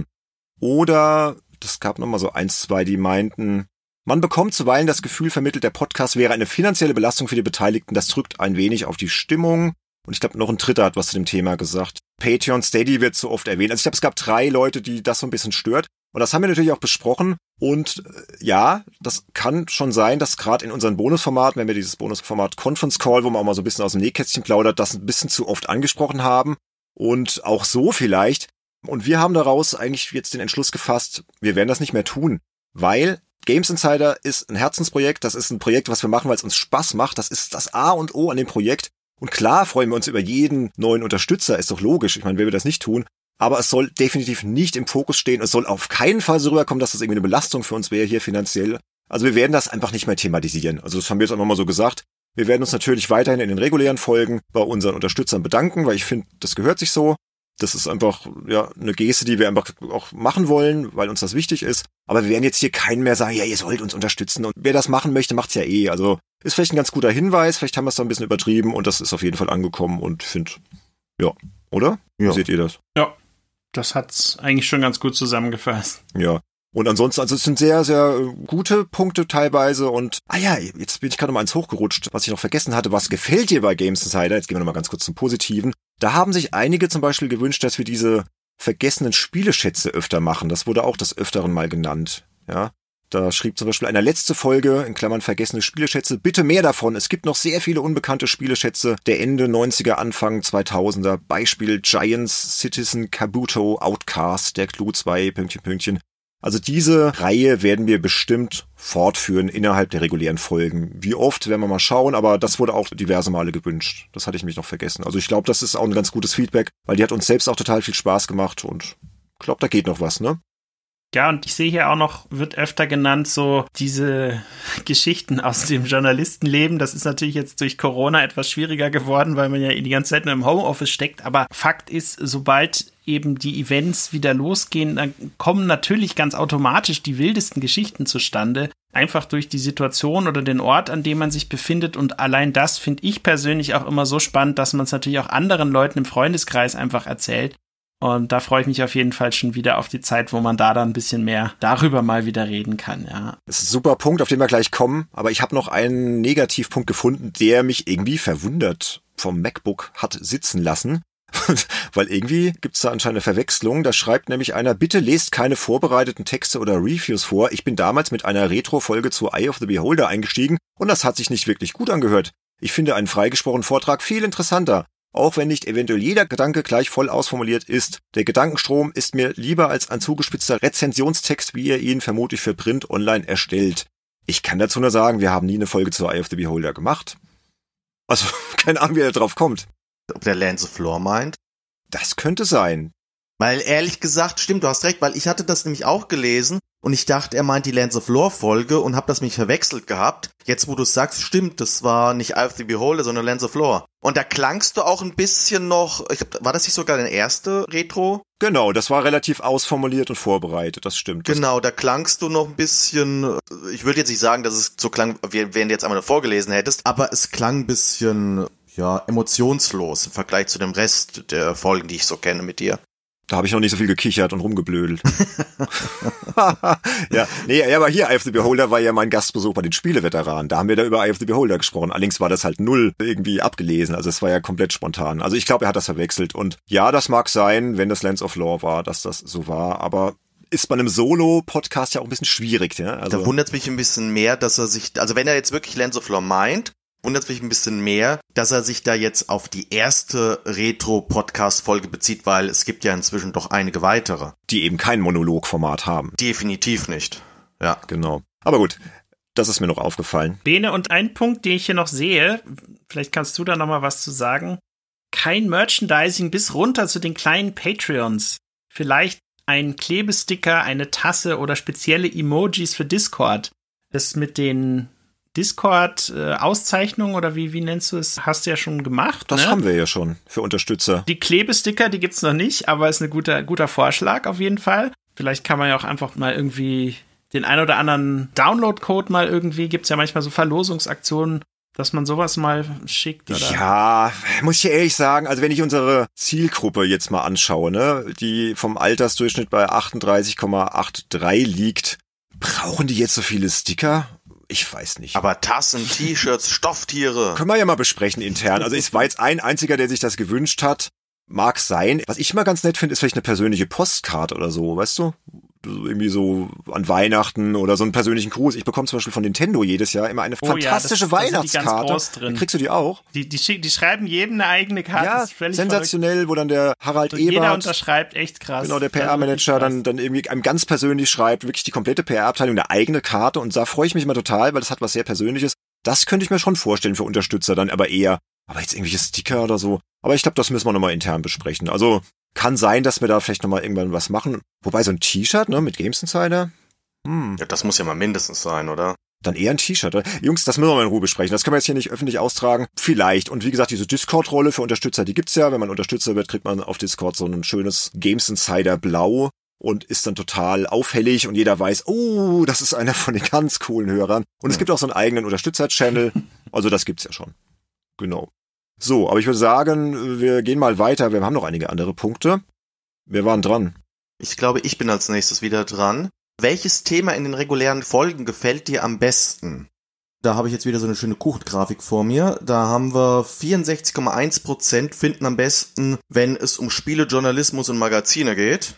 Oder, das gab nochmal so eins, zwei, die meinten, man bekommt zuweilen das Gefühl vermittelt, der Podcast wäre eine finanzielle Belastung für die Beteiligten. Das drückt ein wenig auf die Stimmung. Und ich glaube, noch ein Dritter hat was zu dem Thema gesagt. Patreon Steady wird so oft erwähnt. Also ich glaube, es gab drei Leute, die das so ein bisschen stört. Und das haben wir natürlich auch besprochen. Und äh, ja, das kann schon sein, dass gerade in unseren Bonusformaten, wenn wir dieses Bonusformat Conference Call, wo man auch mal so ein bisschen aus dem Nähkästchen plaudert, das ein bisschen zu oft angesprochen haben. Und auch so vielleicht. Und wir haben daraus eigentlich jetzt den Entschluss gefasst, wir werden das nicht mehr tun. Weil Games Insider ist ein Herzensprojekt, das ist ein Projekt, was wir machen, weil es uns Spaß macht. Das ist das A und O an dem Projekt. Und klar freuen wir uns über jeden neuen Unterstützer, ist doch logisch. Ich meine, wer will das nicht tun? Aber es soll definitiv nicht im Fokus stehen. Es soll auf keinen Fall so rüberkommen, dass das irgendwie eine Belastung für uns wäre hier finanziell. Also wir werden das einfach nicht mehr thematisieren. Also das haben wir jetzt auch nochmal so gesagt. Wir werden uns natürlich weiterhin in den regulären Folgen bei unseren Unterstützern bedanken, weil ich finde, das gehört sich so. Das ist einfach ja eine Geste, die wir einfach auch machen wollen, weil uns das wichtig ist. Aber wir werden jetzt hier keinen mehr sagen, ja, ihr sollt uns unterstützen. Und wer das machen möchte, macht's ja eh. Also ist vielleicht ein ganz guter Hinweis. Vielleicht haben wir es da ein bisschen übertrieben und das ist auf jeden Fall angekommen und finde, ja, oder? Ja. Wie seht ihr das? Ja, das hat's eigentlich schon ganz gut zusammengefasst. Ja. Und ansonsten, also es sind sehr, sehr gute Punkte teilweise und, ah ja, jetzt bin ich gerade mal eins hochgerutscht, was ich noch vergessen hatte. Was gefällt dir bei Games Insider? Jetzt gehen wir nochmal ganz kurz zum Positiven. Da haben sich einige zum Beispiel gewünscht, dass wir diese vergessenen Spieleschätze öfter machen. Das wurde auch des Öfteren mal genannt, ja. Da schrieb zum Beispiel eine letzte Folge, in Klammern vergessene Spieleschätze, bitte mehr davon. Es gibt noch sehr viele unbekannte Spieleschätze der Ende neunziger, Anfang zweitausender. Beispiel Giants, Citizen, Kabuto, Outcast, der Clou zwei, Pünktchen, Pünktchen. Also diese Reihe werden wir bestimmt fortführen innerhalb der regulären Folgen. Wie oft, werden wir mal schauen, aber das wurde auch diverse Male gewünscht. Das hatte ich mich noch vergessen. Also ich glaube, das ist auch ein ganz gutes Feedback, weil die hat uns selbst auch total viel Spaß gemacht und ich glaube, da geht noch was, ne? Ja, und ich sehe hier auch noch, wird öfter genannt, so diese Geschichten aus dem Journalistenleben. Das ist natürlich jetzt durch Corona etwas schwieriger geworden, weil man ja die ganze Zeit nur im Homeoffice steckt. Aber Fakt ist, sobald eben die Events wieder losgehen, dann kommen natürlich ganz automatisch die wildesten Geschichten zustande. Einfach durch die Situation oder den Ort, an dem man sich befindet. Und allein das finde ich persönlich auch immer so spannend, dass man es natürlich auch anderen Leuten im Freundeskreis einfach erzählt. Und da freue ich mich auf jeden Fall schon wieder auf die Zeit, wo man da dann ein bisschen mehr darüber mal wieder reden kann, ja. Das ist ein super Punkt, auf den wir gleich kommen, aber ich habe noch einen Negativpunkt gefunden, der mich irgendwie verwundert vom MacBook hat sitzen lassen. Weil irgendwie gibt's da anscheinend eine Verwechslung. Da schreibt nämlich einer, bitte lest keine vorbereiteten Texte oder Reviews vor. Ich bin damals mit einer Retro-Folge zu Eye of the Beholder eingestiegen und das hat sich nicht wirklich gut angehört. Ich finde einen freigesprochenen Vortrag viel interessanter. Auch wenn nicht eventuell jeder Gedanke gleich voll ausformuliert ist. Der Gedankenstrom ist mir lieber als ein zugespitzter Rezensionstext, wie ihr ihn vermutlich für Print online erstellt. Ich kann dazu nur sagen, wir haben nie eine Folge zu Eye of the Beholder gemacht. Also, keine Ahnung, wie er drauf kommt. Ob der Lands of Lore meint? Das könnte sein. Weil ehrlich gesagt, stimmt, du hast recht, weil ich hatte das nämlich auch gelesen und ich dachte, er meint die Lands of Lore Folge und hab das mich verwechselt gehabt. Jetzt, wo du es sagst, stimmt, das war nicht Eye of the Beholder, sondern Lands of Lore. Und da klangst du auch ein bisschen noch, ich glaub, war das nicht sogar deine erste Retro? Genau, das war relativ ausformuliert und vorbereitet, das stimmt. Genau, da klangst du noch ein bisschen, ich würde jetzt nicht sagen, dass es so klang, während du jetzt einmal vorgelesen hättest, aber es klang ein bisschen, ja, emotionslos im Vergleich zu dem Rest der Folgen, die ich so kenne mit dir. Da habe ich noch nicht so viel gekichert und rumgeblödelt. ja, nee, aber hier, Eye of the Beholder war ja mein Gastbesuch bei den Spieleveteranen. Da haben wir da über Eye of the Beholder gesprochen. Allerdings war das halt null irgendwie abgelesen. Also es war ja komplett spontan. Also ich glaube, er hat das verwechselt. Und ja, das mag sein, wenn das Lands of Lore war, dass das so war. Aber ist bei einem Solo-Podcast ja auch ein bisschen schwierig. Ja? Also da wundert es mich ein bisschen mehr, dass er sich, also wenn er jetzt wirklich Lands of Lore meint, wundert es mich ein bisschen mehr, dass er sich da jetzt auf die erste Retro-Podcast-Folge bezieht, weil es gibt ja inzwischen doch einige weitere. Die eben kein Monologformat haben. Definitiv nicht. Ja. Genau. Aber gut, das ist mir noch aufgefallen. Bene, und ein Punkt, den ich hier noch sehe, vielleicht kannst du da noch mal was zu sagen. Kein Merchandising bis runter zu den kleinen Patreons. Vielleicht ein Klebesticker, eine Tasse oder spezielle Emojis für Discord. Das mit den Discord-Auszeichnung oder wie, wie nennst du es? Hast du ja schon gemacht. Das ne? haben wir ja schon für Unterstützer. Die Klebesticker, die gibt's noch nicht, aber ist ein guter, guter Vorschlag auf jeden Fall. Vielleicht kann man ja auch einfach mal irgendwie den ein oder anderen Download-Code mal irgendwie, gibt's ja manchmal so Verlosungsaktionen, dass man sowas mal schickt. Oder? Ja, muss ich ehrlich sagen, also wenn ich unsere Zielgruppe jetzt mal anschaue, ne, die vom Altersdurchschnitt bei achtunddreißig Komma dreiundachtzig liegt, brauchen die jetzt so viele Sticker? Ich weiß nicht. Aber Tassen, T-Shirts, Stofftiere. Können wir ja mal besprechen intern. Also es war jetzt ein einziger, der sich das gewünscht hat. Mag sein. Was ich mal ganz nett finde, ist vielleicht eine persönliche Postkarte oder so, weißt du? Irgendwie so an Weihnachten oder so einen persönlichen Gruß. Ich bekomme zum Beispiel von Nintendo jedes Jahr immer eine oh fantastische ja, das, Weihnachtskarte. das drin. Kriegst du die auch? Die, die, die schreiben jedem eine eigene Karte. Ja, das ist völlig sensationell, verrückt. wo dann der Harald so Ebert, jeder unterschreibt, echt krass. genau, der P R-Manager dann, dann irgendwie einem ganz persönlich schreibt, wirklich die komplette P R-Abteilung, eine eigene Karte, und da freue ich mich immer total, weil das hat was sehr Persönliches. Das könnte ich mir schon vorstellen für Unterstützer dann, aber eher, aber jetzt irgendwelche Sticker oder so. Aber ich glaube, das müssen wir nochmal intern besprechen. Also kann sein, dass wir da vielleicht nochmal irgendwann was machen. Wobei so ein T-Shirt, ne, mit Games Insider. Hm. Ja, das muss ja mal mindestens sein, oder? Dann eher ein T-Shirt. Oder? Jungs, das müssen wir mal in Ruhe besprechen. Das können wir jetzt hier nicht öffentlich austragen. Vielleicht. Und wie gesagt, diese Discord-Rolle für Unterstützer, die gibt's ja. Wenn man Unterstützer wird, kriegt man auf Discord so ein schönes Games Insider Blau und ist dann total auffällig und jeder weiß, oh, das ist einer von den ganz coolen Hörern. Und es gibt auch so einen eigenen Unterstützer-Channel. Also das gibt's ja schon. Genau. So, aber ich würde sagen, wir gehen mal weiter. Wir haben noch einige andere Punkte. Wir waren dran. Ich glaube, ich bin als nächstes wieder dran. Welches Thema in den regulären Folgen gefällt dir am besten? Da habe ich jetzt wieder so eine schöne Kuchengrafik vor mir. Da haben wir vierundsechzig Komma eins Prozent finden am besten, wenn es um Spiele, Journalismus und Magazine geht.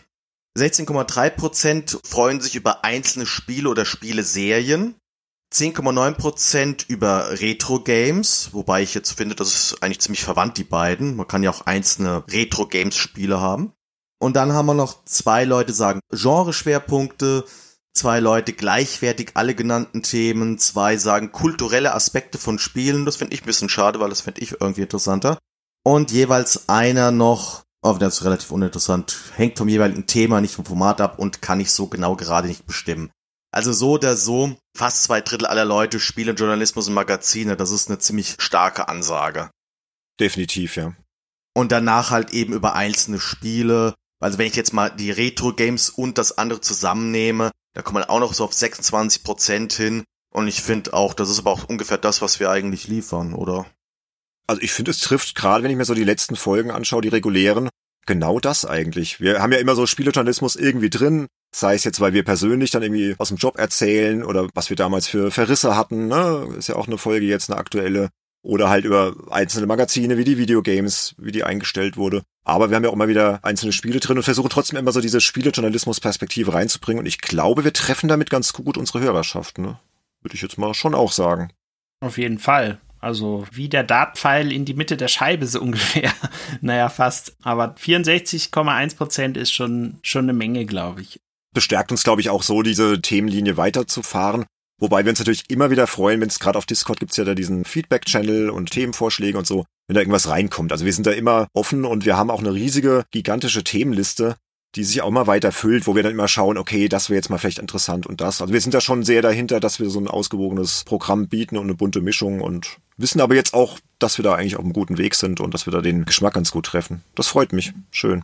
sechzehn Komma drei Prozent freuen sich über einzelne Spiele oder Spieleserien. zehn Komma neun Prozent über Retro-Games, wobei ich jetzt finde, das ist eigentlich ziemlich verwandt, die beiden. Man kann ja auch einzelne Retro-Games-Spiele haben. Und dann haben wir noch zwei Leute, sagen Genreschwerpunkte, zwei Leute gleichwertig alle genannten Themen, zwei sagen kulturelle Aspekte von Spielen. Das finde ich ein bisschen schade, weil das finde ich irgendwie interessanter. Und jeweils einer noch, oh, das ist relativ uninteressant, hängt vom jeweiligen Thema, nicht vom Format ab und kann ich so genau gerade nicht bestimmen. Also so oder so, fast zwei Drittel aller Leute spielen Journalismus und Magazine. Das ist eine ziemlich starke Ansage. Definitiv, ja. Und danach halt eben über einzelne Spiele. Also wenn ich jetzt mal die Retro-Games und das andere zusammennehme, da kommt man auch noch so auf sechsundzwanzig Prozent hin. Und ich finde auch, das ist aber auch ungefähr das, was wir eigentlich liefern, oder? Also ich finde, es trifft gerade, wenn ich mir so die letzten Folgen anschaue, die regulären, genau das eigentlich. Wir haben ja immer so Spielejournalismus irgendwie drin, sei es jetzt, weil wir persönlich dann irgendwie aus dem Job erzählen oder was wir damals für Verrisse hatten, ne? Ist ja auch eine Folge jetzt, eine aktuelle. Oder halt über einzelne Magazine wie die Videogames, wie die eingestellt wurde. Aber wir haben ja auch immer wieder einzelne Spiele drin und versuchen trotzdem immer so diese Spielejournalismus-Perspektive reinzubringen. Und ich glaube, wir treffen damit ganz gut unsere Hörerschaft, ne? Würde ich jetzt mal schon auch sagen. Auf jeden Fall. Also wie der Dartpfeil in die Mitte der Scheibe so ungefähr. Naja, fast. Aber vierundsechzig Komma eins Prozent ist schon, schon eine Menge, glaube ich. Bestärkt uns, glaube ich, auch so, diese Themenlinie weiterzufahren. Wobei wir uns natürlich immer wieder freuen, wenn es gerade auf Discord gibt's ja da diesen Feedback-Channel und Themenvorschläge und so, wenn da irgendwas reinkommt. Also wir sind da immer offen und wir haben auch eine riesige, gigantische Themenliste, die sich auch mal weiter füllt, wo wir dann immer schauen, okay, das wäre jetzt mal vielleicht interessant und das. Also wir sind da schon sehr dahinter, dass wir so ein ausgewogenes Programm bieten und eine bunte Mischung und wissen aber jetzt auch, dass wir da eigentlich auf einem guten Weg sind und dass wir da den Geschmack ganz gut treffen. Das freut mich. Schön.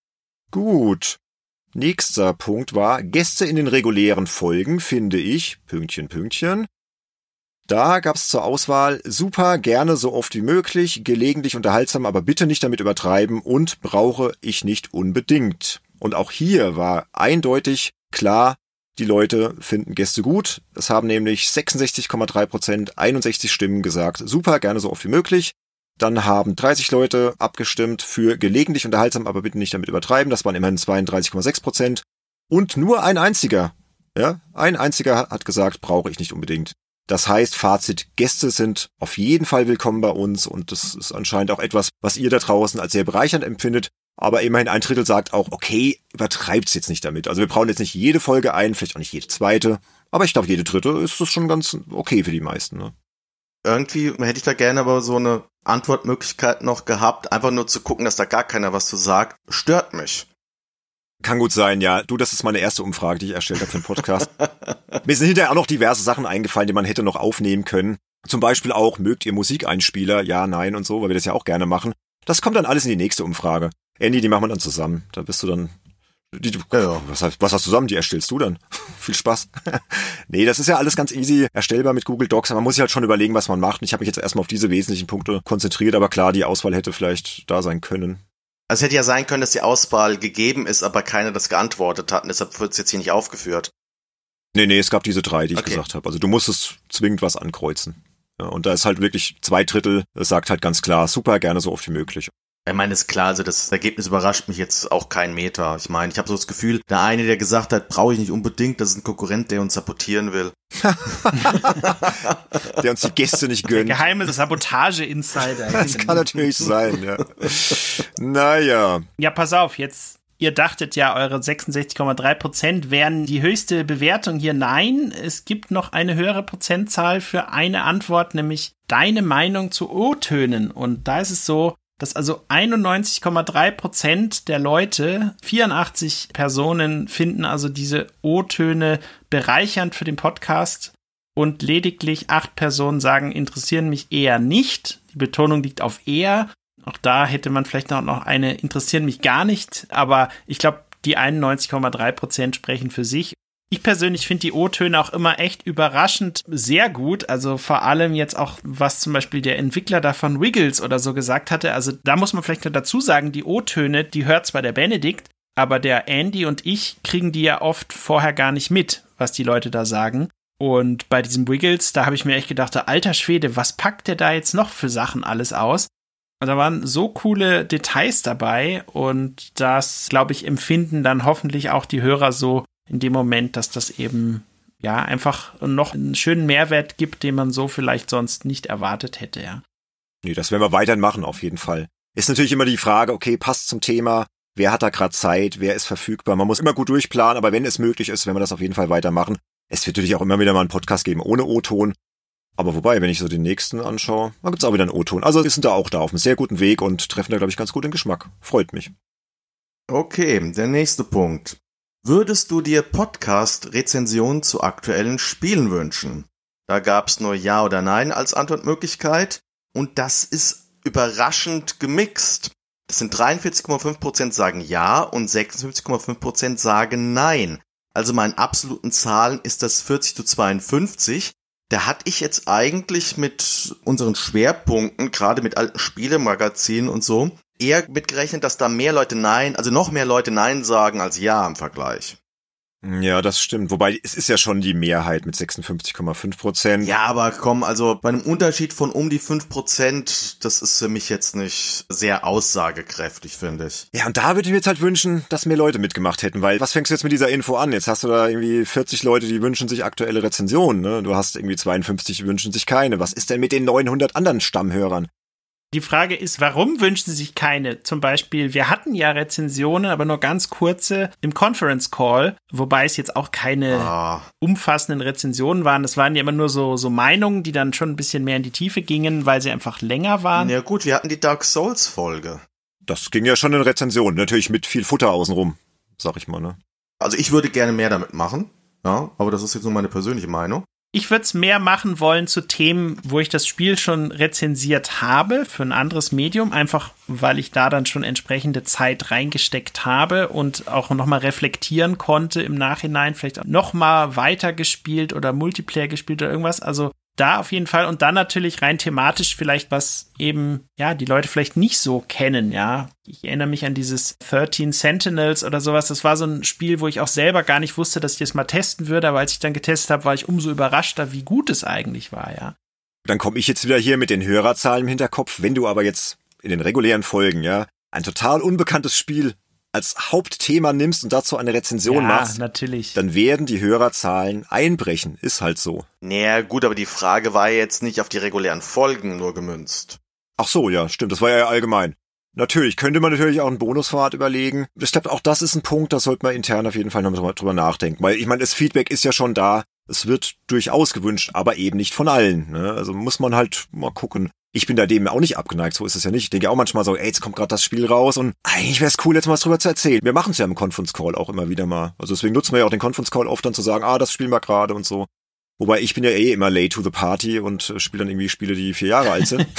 Gut. Nächster Punkt war, Gäste in den regulären Folgen finde ich, Pünktchen, Pünktchen. Da gab's zur Auswahl, super, gerne so oft wie möglich, gelegentlich unterhaltsam, aber bitte nicht damit übertreiben und brauche ich nicht unbedingt. Und auch hier war eindeutig klar, die Leute finden Gäste gut. Es haben nämlich sechsundsechzig Komma drei Prozent, einundsechzig Stimmen gesagt, super, gerne so oft wie möglich. Dann haben dreißig Leute abgestimmt für gelegentlich unterhaltsam, aber bitte nicht damit übertreiben. Das waren immerhin zweiunddreißig Komma sechs Prozent. Und nur ein einziger, ja, ein einziger hat gesagt, brauche ich nicht unbedingt. Das heißt, Fazit, Gäste sind auf jeden Fall willkommen bei uns und das ist anscheinend auch etwas, was ihr da draußen als sehr bereichernd empfindet. Aber immerhin ein Drittel sagt auch, okay, übertreibt's jetzt nicht damit. Also wir brauchen jetzt nicht jede Folge ein, vielleicht auch nicht jede zweite. Aber ich glaube, jede dritte ist das schon ganz okay für die meisten, ne? Irgendwie hätte ich da gerne aber so eine Antwortmöglichkeit noch gehabt, einfach nur zu gucken, dass da gar keiner was zu sagt, stört mich. Kann gut sein, ja. Du, das ist meine erste Umfrage, die ich erstellt habe für den Podcast. Mir sind hinterher auch noch diverse Sachen eingefallen, die man hätte noch aufnehmen können. Zum Beispiel auch, mögt ihr Musikeinspieler? Ja, nein und so, weil wir das ja auch gerne machen. Das kommt dann alles in die nächste Umfrage. Andy, die machen wir dann zusammen. Da bist du dann... Die, ja, ja. Was, was hast du zusammen? Die erstellst du dann. Viel Spaß. Nee, das ist ja alles ganz easy erstellbar mit Google Docs. Man muss sich halt schon überlegen, was man macht. Und ich habe mich jetzt erstmal auf diese wesentlichen Punkte konzentriert. Aber klar, die Auswahl hätte vielleicht da sein können. Also es hätte ja sein können, dass die Auswahl gegeben ist, aber keiner das geantwortet hat. Und deshalb wird es jetzt hier nicht aufgeführt. Nee, nee, es gab diese drei, die ich okay. gesagt habe. Also du musstest zwingend was ankreuzen. Ja, und da ist halt wirklich zwei Drittel. Es sagt halt ganz klar, super, gerne so oft wie möglich. Ich meine, ist klar, also das Ergebnis überrascht mich jetzt auch kein Meter. Ich meine, ich habe so das Gefühl, der eine, der gesagt hat, brauche ich nicht unbedingt, das ist ein Konkurrent, der uns sabotieren will. Der uns die Gäste nicht gönnt. Der geheime Sabotage-Insider. Das kann natürlich sein, ja. Naja. Ja, pass auf, jetzt, ihr dachtet ja, eure sechsundsechzig Komma drei Prozent wären die höchste Bewertung hier. Nein, es gibt noch eine höhere Prozentzahl für eine Antwort, nämlich deine Meinung zu O-Tönen. Und da ist es so, dass also einundneunzig Komma drei Prozent der Leute, vierundachtzig Personen, finden also diese O-Töne bereichernd für den Podcast und lediglich acht Personen sagen, interessieren mich eher nicht. Die Betonung liegt auf eher. Auch da hätte man vielleicht noch eine interessieren mich gar nicht, aber ich glaube, die einundneunzig Komma drei Prozent sprechen für sich. Ich persönlich finde die O-Töne auch immer echt überraschend sehr gut. Also vor allem jetzt auch, was zum Beispiel der Entwickler da von Wiggles oder so gesagt hatte. Also da muss man vielleicht noch dazu sagen, die O-Töne, die hört zwar der Benedikt, aber der Andy und ich kriegen die ja oft vorher gar nicht mit, was die Leute da sagen. Und bei diesem Wiggles, da habe ich mir echt gedacht, alter Schwede, was packt der da jetzt noch für Sachen alles aus? Da waren so coole Details dabei und das, glaube ich, empfinden dann hoffentlich auch die Hörer so in dem Moment, dass das eben ja einfach noch einen schönen Mehrwert gibt, den man so vielleicht sonst nicht erwartet hätte, ja. Nee, das werden wir weiterhin machen, auf jeden Fall. Ist natürlich immer die Frage, okay, passt zum Thema, wer hat da gerade Zeit, wer ist verfügbar. Man muss immer gut durchplanen, aber wenn es möglich ist, werden wir das auf jeden Fall weitermachen. Es wird natürlich auch immer wieder mal einen Podcast geben ohne O-Ton. Aber wobei, wenn ich so den nächsten anschaue, dann gibt's auch wieder einen O-Ton. Also wir sind da auch da auf einem sehr guten Weg und treffen da, glaube ich, ganz gut den Geschmack. Freut mich. Okay, der nächste Punkt. Würdest du dir Podcast-Rezensionen zu aktuellen Spielen wünschen? Da gab's nur Ja oder Nein als Antwortmöglichkeit und das ist überraschend gemixt. Das sind dreiundvierzig Komma fünf Prozent sagen Ja und sechsundfünfzig Komma fünf Prozent sagen Nein. Also meinen absoluten Zahlen ist das vierzig zu zweiundfünfzig. Da hatte ich jetzt eigentlich mit unseren Schwerpunkten, gerade mit alten Spielemagazinen und so, eher mitgerechnet, dass da mehr Leute Nein, also noch mehr Leute Nein sagen als Ja im Vergleich. Ja, das stimmt. Wobei, es ist ja schon die Mehrheit mit sechsundfünfzig Komma fünf Prozent. Ja, aber komm, also bei einem Unterschied von um die fünf Prozent, das ist für mich jetzt nicht sehr aussagekräftig, finde ich. Ja, und da würde ich mir jetzt halt wünschen, dass mehr Leute mitgemacht hätten, weil was fängst du jetzt mit dieser Info an? Jetzt hast du da irgendwie vierzig Leute, die wünschen sich aktuelle Rezensionen, ne? Du hast irgendwie zweiundfünfzig, die wünschen sich keine. Was ist denn mit den neunhundert anderen Stammhörern? Die Frage ist, warum wünschen sie sich keine? Zum Beispiel, wir hatten ja Rezensionen, aber nur ganz kurze im Conference Call, wobei es jetzt auch keine ah. umfassenden Rezensionen waren. Das waren ja immer nur so, so Meinungen, die dann schon ein bisschen mehr in die Tiefe gingen, weil sie einfach länger waren. Ja gut, wir hatten die Dark Souls Folge. Das ging ja schon in Rezensionen, natürlich mit viel Futter außenrum, sag ich mal, ne? Also ich würde gerne mehr damit machen, ja, aber das ist jetzt nur meine persönliche Meinung. Ich würde es mehr machen wollen zu Themen, wo ich das Spiel schon rezensiert habe für ein anderes Medium, einfach weil ich da dann schon entsprechende Zeit reingesteckt habe und auch nochmal reflektieren konnte im Nachhinein, vielleicht nochmal weitergespielt oder Multiplayer gespielt oder irgendwas, also da auf jeden Fall und dann natürlich rein thematisch vielleicht, was eben, ja, die Leute vielleicht nicht so kennen, ja. Ich erinnere mich an dieses dreizehn Sentinels oder sowas. Das war so ein Spiel, wo ich auch selber gar nicht wusste, dass ich das mal testen würde, aber als ich dann getestet habe, war ich umso überraschter, wie gut es eigentlich war, ja. Dann komme ich jetzt wieder hier mit den Hörerzahlen im Hinterkopf. Wenn du aber jetzt in den regulären Folgen, ja, ein total unbekanntes Spiel als Hauptthema nimmst und dazu eine Rezension ja, machst, natürlich. Dann werden die Hörerzahlen einbrechen. Ist halt so. Naja, gut, aber die Frage war jetzt nicht auf die regulären Folgen nur gemünzt. Ach so, ja, stimmt. Das war ja allgemein. Natürlich, könnte man natürlich auch einen Bonusformat überlegen. Ich glaube, auch das ist ein Punkt, da sollte man intern auf jeden Fall noch drüber nachdenken. Weil ich meine, das Feedback ist ja schon da. Es wird durchaus gewünscht, aber eben nicht von allen. Ne? Also muss man halt mal gucken. Ich bin da dem auch nicht abgeneigt, so ist es ja nicht. Ich denke auch manchmal so, ey, jetzt kommt gerade das Spiel raus und eigentlich wäre es cool, jetzt mal was drüber zu erzählen. Wir machen es ja im Conference Call auch immer wieder mal. Also deswegen nutzen wir ja auch den Conference Call oft dann zu sagen, ah, das spielen wir gerade und so. Wobei ich bin ja eh immer late to the party und spiele dann irgendwie Spiele, die vier Jahre alt sind.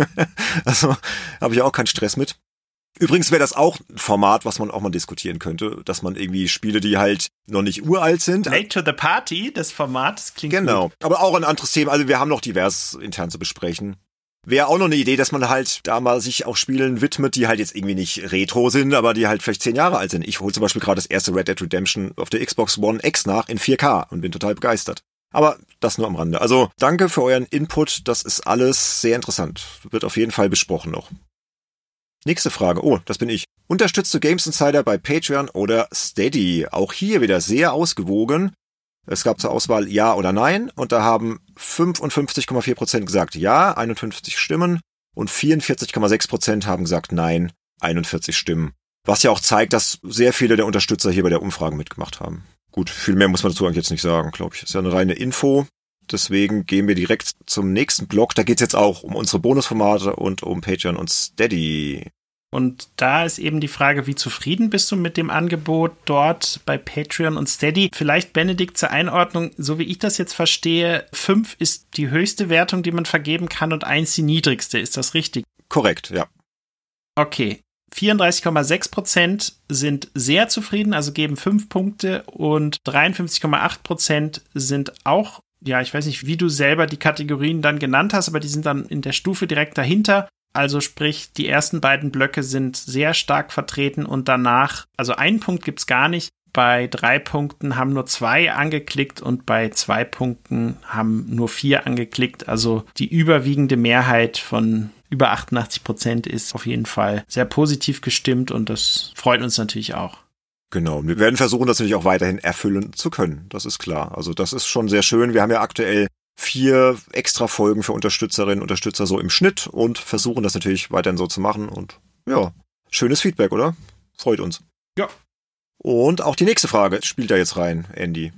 Also habe ich auch keinen Stress mit. Übrigens wäre das auch ein Format, was man auch mal diskutieren könnte, dass man irgendwie Spiele, die halt noch nicht uralt sind. Late to the Party, das Format, das klingt genau. gut. Aber auch ein anderes Thema, also wir haben noch divers intern zu besprechen. Wäre auch noch eine Idee, dass man halt da mal sich auch Spielen widmet, die halt jetzt irgendwie nicht retro sind, aber die halt vielleicht zehn Jahre alt sind. Ich hole zum Beispiel gerade das erste Red Dead Redemption auf der Xbox One X nach in vier K und bin total begeistert. Aber das nur am Rande. Also danke für euren Input, das ist alles sehr interessant. Wird auf jeden Fall besprochen noch. Nächste Frage. Oh, das bin ich. Unterstützt du Games Insider bei Patreon oder Steady? Auch hier wieder sehr ausgewogen. Es gab zur Auswahl Ja oder Nein und da haben fünfundfünfzig Komma vier Prozent gesagt Ja, einundfünfzig Stimmen und vierundvierzig Komma sechs Prozent haben gesagt Nein, einundvierzig Stimmen. Was ja auch zeigt, dass sehr viele der Unterstützer hier bei der Umfrage mitgemacht haben. Gut, viel mehr muss man dazu eigentlich jetzt nicht sagen, glaube ich. Das ist ja eine reine Info. Deswegen gehen wir direkt zum nächsten Blog. Da geht's jetzt auch um unsere Bonusformate und um Patreon und Steady. Und da ist eben die Frage, wie zufrieden bist du mit dem Angebot dort bei Patreon und Steady? Vielleicht, Benedikt, zur Einordnung, so wie ich das jetzt verstehe, fünf ist die höchste Wertung, die man vergeben kann und eins die niedrigste. Ist das richtig? Korrekt, ja. Okay. vierunddreißig Komma sechs Prozent sind sehr zufrieden, also geben fünf Punkte und dreiundfünfzig Komma acht Prozent sind auch, ja, ich weiß nicht, wie du selber die Kategorien dann genannt hast, aber die sind dann in der Stufe direkt dahinter. Also sprich, die ersten beiden Blöcke sind sehr stark vertreten und danach, also einen Punkt gibt's gar nicht, bei drei Punkten haben nur zwei angeklickt und bei zwei Punkten haben nur vier angeklickt. Also die überwiegende Mehrheit von über achtundachtzig Prozent ist auf jeden Fall sehr positiv gestimmt und das freut uns natürlich auch. Genau, wir werden versuchen, das natürlich auch weiterhin erfüllen zu können, das ist klar. Also das ist schon sehr schön. Wir haben ja aktuell vier extra Folgen für Unterstützerinnen und Unterstützer so im Schnitt und versuchen das natürlich weiterhin so zu machen. Und ja, schönes Feedback, oder? Freut uns. Ja. Und auch die nächste Frage spielt da jetzt rein, Andy.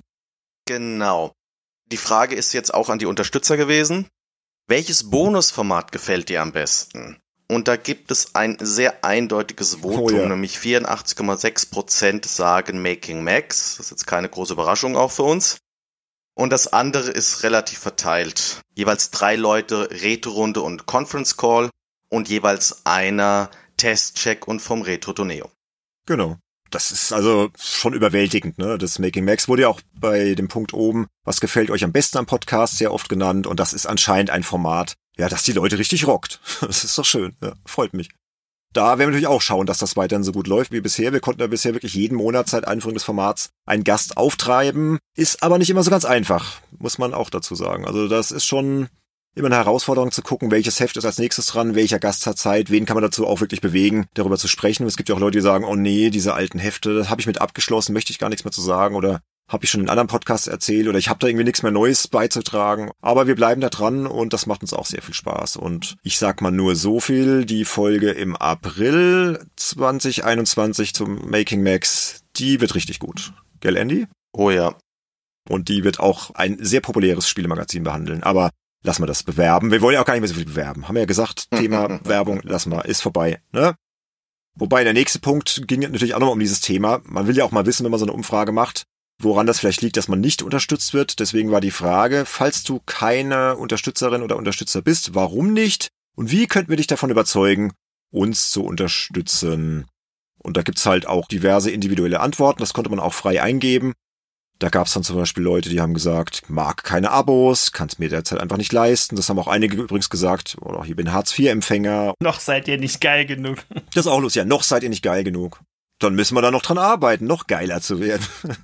Genau. Die Frage ist jetzt auch an die Unterstützer gewesen. Welches Bonusformat gefällt dir am besten? Und da gibt es ein sehr eindeutiges Votum, oh ja. nämlich vierundachtzig Komma sechs Prozent sagen Making Max. Das ist jetzt keine große Überraschung auch für uns. Und das andere ist relativ verteilt. Jeweils drei Leute Retro-Runde und Conference Call und jeweils einer Testcheck und vom Retro-Doneo. Genau. Das ist also schon überwältigend, ne? Das Making Max wurde ja auch bei dem Punkt oben, was gefällt euch am besten am Podcast, sehr oft genannt. Und das ist anscheinend ein Format, ja, das die Leute richtig rockt. Das ist doch schön, ja, freut mich. Da werden wir natürlich auch schauen, dass das weiterhin so gut läuft wie bisher. Wir konnten ja bisher wirklich jeden Monat seit Einführung des Formats einen Gast auftreiben. Ist aber nicht immer so ganz einfach, muss man auch dazu sagen. Also das ist schon immer eine Herausforderung zu gucken, welches Heft ist als nächstes dran, welcher Gast hat Zeit, wen kann man dazu auch wirklich bewegen, darüber zu sprechen. Es gibt ja auch Leute, die sagen, oh nee, diese alten Hefte, das habe ich mit abgeschlossen, möchte ich gar nichts mehr zu sagen oder habe ich schon in anderen Podcasts erzählt oder ich habe da irgendwie nichts mehr Neues beizutragen. Aber wir bleiben da dran und das macht uns auch sehr viel Spaß. Und ich sag mal nur so viel, die Folge im April zwanzig einundzwanzig zum Making Max, die wird richtig gut. Gell, Andy? Oh ja. Und die wird auch ein sehr populäres Spielemagazin behandeln. Aber lassen wir das bewerben. Wir wollen ja auch gar nicht mehr so viel bewerben. Haben wir ja gesagt, Thema Werbung, lassen wir, ist vorbei, ne? Wobei der nächste Punkt ging natürlich auch nochmal um dieses Thema. Man will ja auch mal wissen, wenn man so eine Umfrage macht, woran das vielleicht liegt, dass man nicht unterstützt wird. Deswegen war die Frage, falls du keine Unterstützerin oder Unterstützer bist, warum nicht? Und wie könnten wir dich davon überzeugen, uns zu unterstützen? Und da gibt's halt auch diverse individuelle Antworten. Das konnte man auch frei eingeben. Da gab's dann zum Beispiel Leute, die haben gesagt, mag keine Abos, kann's mir derzeit einfach nicht leisten. Das haben auch einige übrigens gesagt, oh, ich bin Hartz vier Empfänger. Noch seid ihr nicht geil genug. Das ist auch lustig, ja, noch seid ihr nicht geil genug. Dann müssen wir da noch dran arbeiten, noch geiler zu werden.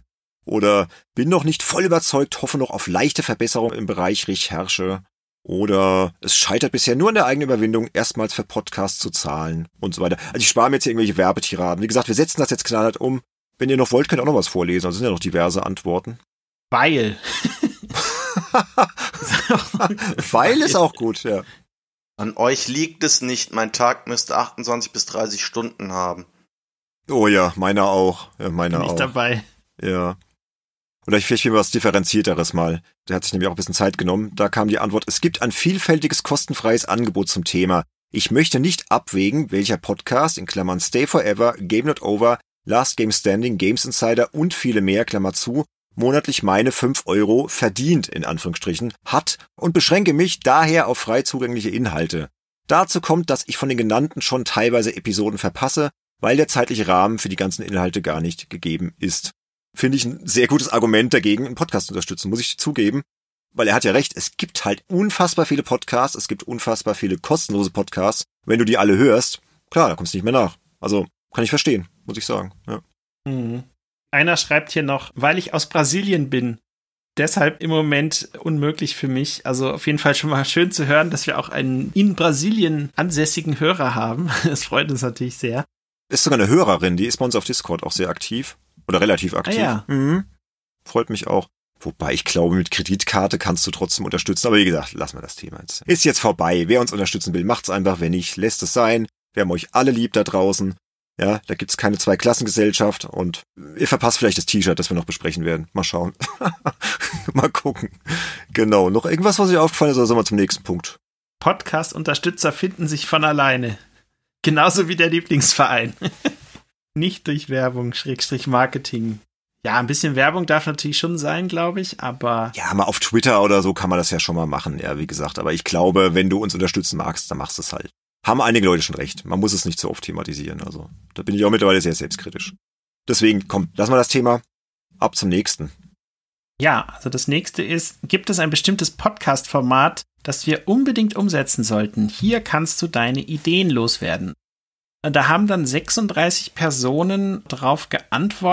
Oder bin noch nicht voll überzeugt, hoffe noch auf leichte Verbesserung im Bereich Recherche. Oder es scheitert bisher nur an der eigenen Überwindung, erstmals für Podcasts zu zahlen und so weiter. Also ich spare mir jetzt hier irgendwelche Werbetiraden. Wie gesagt, wir setzen das jetzt knallhart um. Wenn ihr noch wollt, könnt ihr auch noch was vorlesen. Also sind ja noch diverse Antworten. Weil. Weil ist auch gut, ja. An euch liegt es nicht. Mein Tag müsste achtundzwanzig bis dreißig Stunden haben. Oh ja, meiner auch. Ja, meiner Bin ich auch. dabei. Ja. Oder ich vielleicht was Differenzierteres mal. Der hat sich nämlich auch ein bisschen Zeit genommen. Da kam die Antwort, es gibt ein vielfältiges, kostenfreies Angebot zum Thema. Ich möchte nicht abwägen, welcher Podcast, in Klammern Stay Forever, Game Not Over, Last Game Standing, Games Insider und viele mehr, Klammer zu, monatlich meine fünf Euro verdient, in Anführungsstrichen, hat und beschränke mich daher auf frei zugängliche Inhalte. Dazu kommt, dass ich von den genannten schon teilweise Episoden verpasse, weil der zeitliche Rahmen für die ganzen Inhalte gar nicht gegeben ist. Finde ich ein sehr gutes Argument dagegen, einen Podcast zu unterstützen, muss ich zugeben. Weil er hat ja recht, es gibt halt unfassbar viele Podcasts, es gibt unfassbar viele kostenlose Podcasts. Wenn du die alle hörst, klar, da kommst du nicht mehr nach. Also, kann ich verstehen, muss ich sagen. Ja. Mhm. Einer schreibt hier noch, weil ich aus Brasilien bin, deshalb im Moment unmöglich für mich. Also auf jeden Fall schon mal schön zu hören, dass wir auch einen in Brasilien ansässigen Hörer haben. Das freut uns natürlich sehr. Ist sogar eine Hörerin, die ist bei uns auf Discord auch sehr aktiv. Oder relativ aktiv. Ah, ja. Mhm. Freut mich auch. Wobei ich glaube, mit Kreditkarte kannst du trotzdem unterstützen. Aber wie gesagt, lassen wir das Thema jetzt. Ist jetzt vorbei. Wer uns unterstützen will, macht's einfach. Wer nicht, lässt es sein. Wir haben euch alle lieb da draußen. Ja, da gibt's keine Zweiklassengesellschaft. Und ihr verpasst vielleicht das T-Shirt, das wir noch besprechen werden. Mal schauen. Mal gucken. Genau. Noch irgendwas, was euch aufgefallen ist, oder sollen wir zum nächsten Punkt? Podcast-Unterstützer finden sich von alleine. Genauso wie der Lieblingsverein. Nicht durch Werbung, Schrägstrich Marketing. Ja, ein bisschen Werbung darf natürlich schon sein, glaube ich, aber... Ja, mal auf Twitter oder so kann man das ja schon mal machen, ja, wie gesagt. Aber ich glaube, wenn du uns unterstützen magst, dann machst du es halt. Haben einige Leute schon recht. Man muss es nicht so oft thematisieren. Also, da bin ich auch mittlerweile sehr selbstkritisch. Deswegen, komm, lassen wir das Thema. Ab zum nächsten. Ja, also das nächste ist, gibt es ein bestimmtes Podcast-Format, das wir unbedingt umsetzen sollten? Hier kannst du deine Ideen loswerden. Da haben dann sechsunddreißig Personen drauf geantwortet.